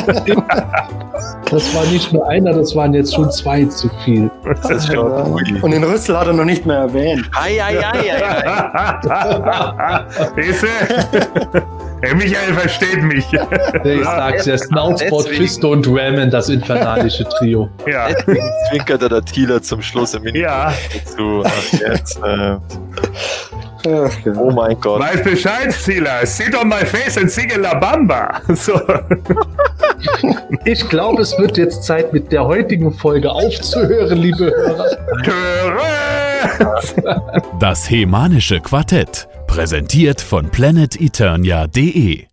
Das war nicht nur einer, das waren jetzt schon zwei zu viel. Das ist schon ja. Und den Rüssel hat er noch nicht mehr erwähnt. Ei, ei, ei, ei, ei. Weißt du? Herr Michael versteht mich. Ich sag's ja, Snoutspout, Fisto und Ramen, das infernalische Trio. Ja. Deswegen zwinkert er der Thieler zum Schluss im Mini ja. dazu. Ach, jetzt, äh. Oh mein Gott. Weiß Bescheid, Thieler. Sit on my face and sing a La Bamba. So. Ich glaube, es wird jetzt Zeit, mit der heutigen Folge aufzuhören, liebe Hörer. Das Hemanische Quartett. Präsentiert von planet eternia punkt de.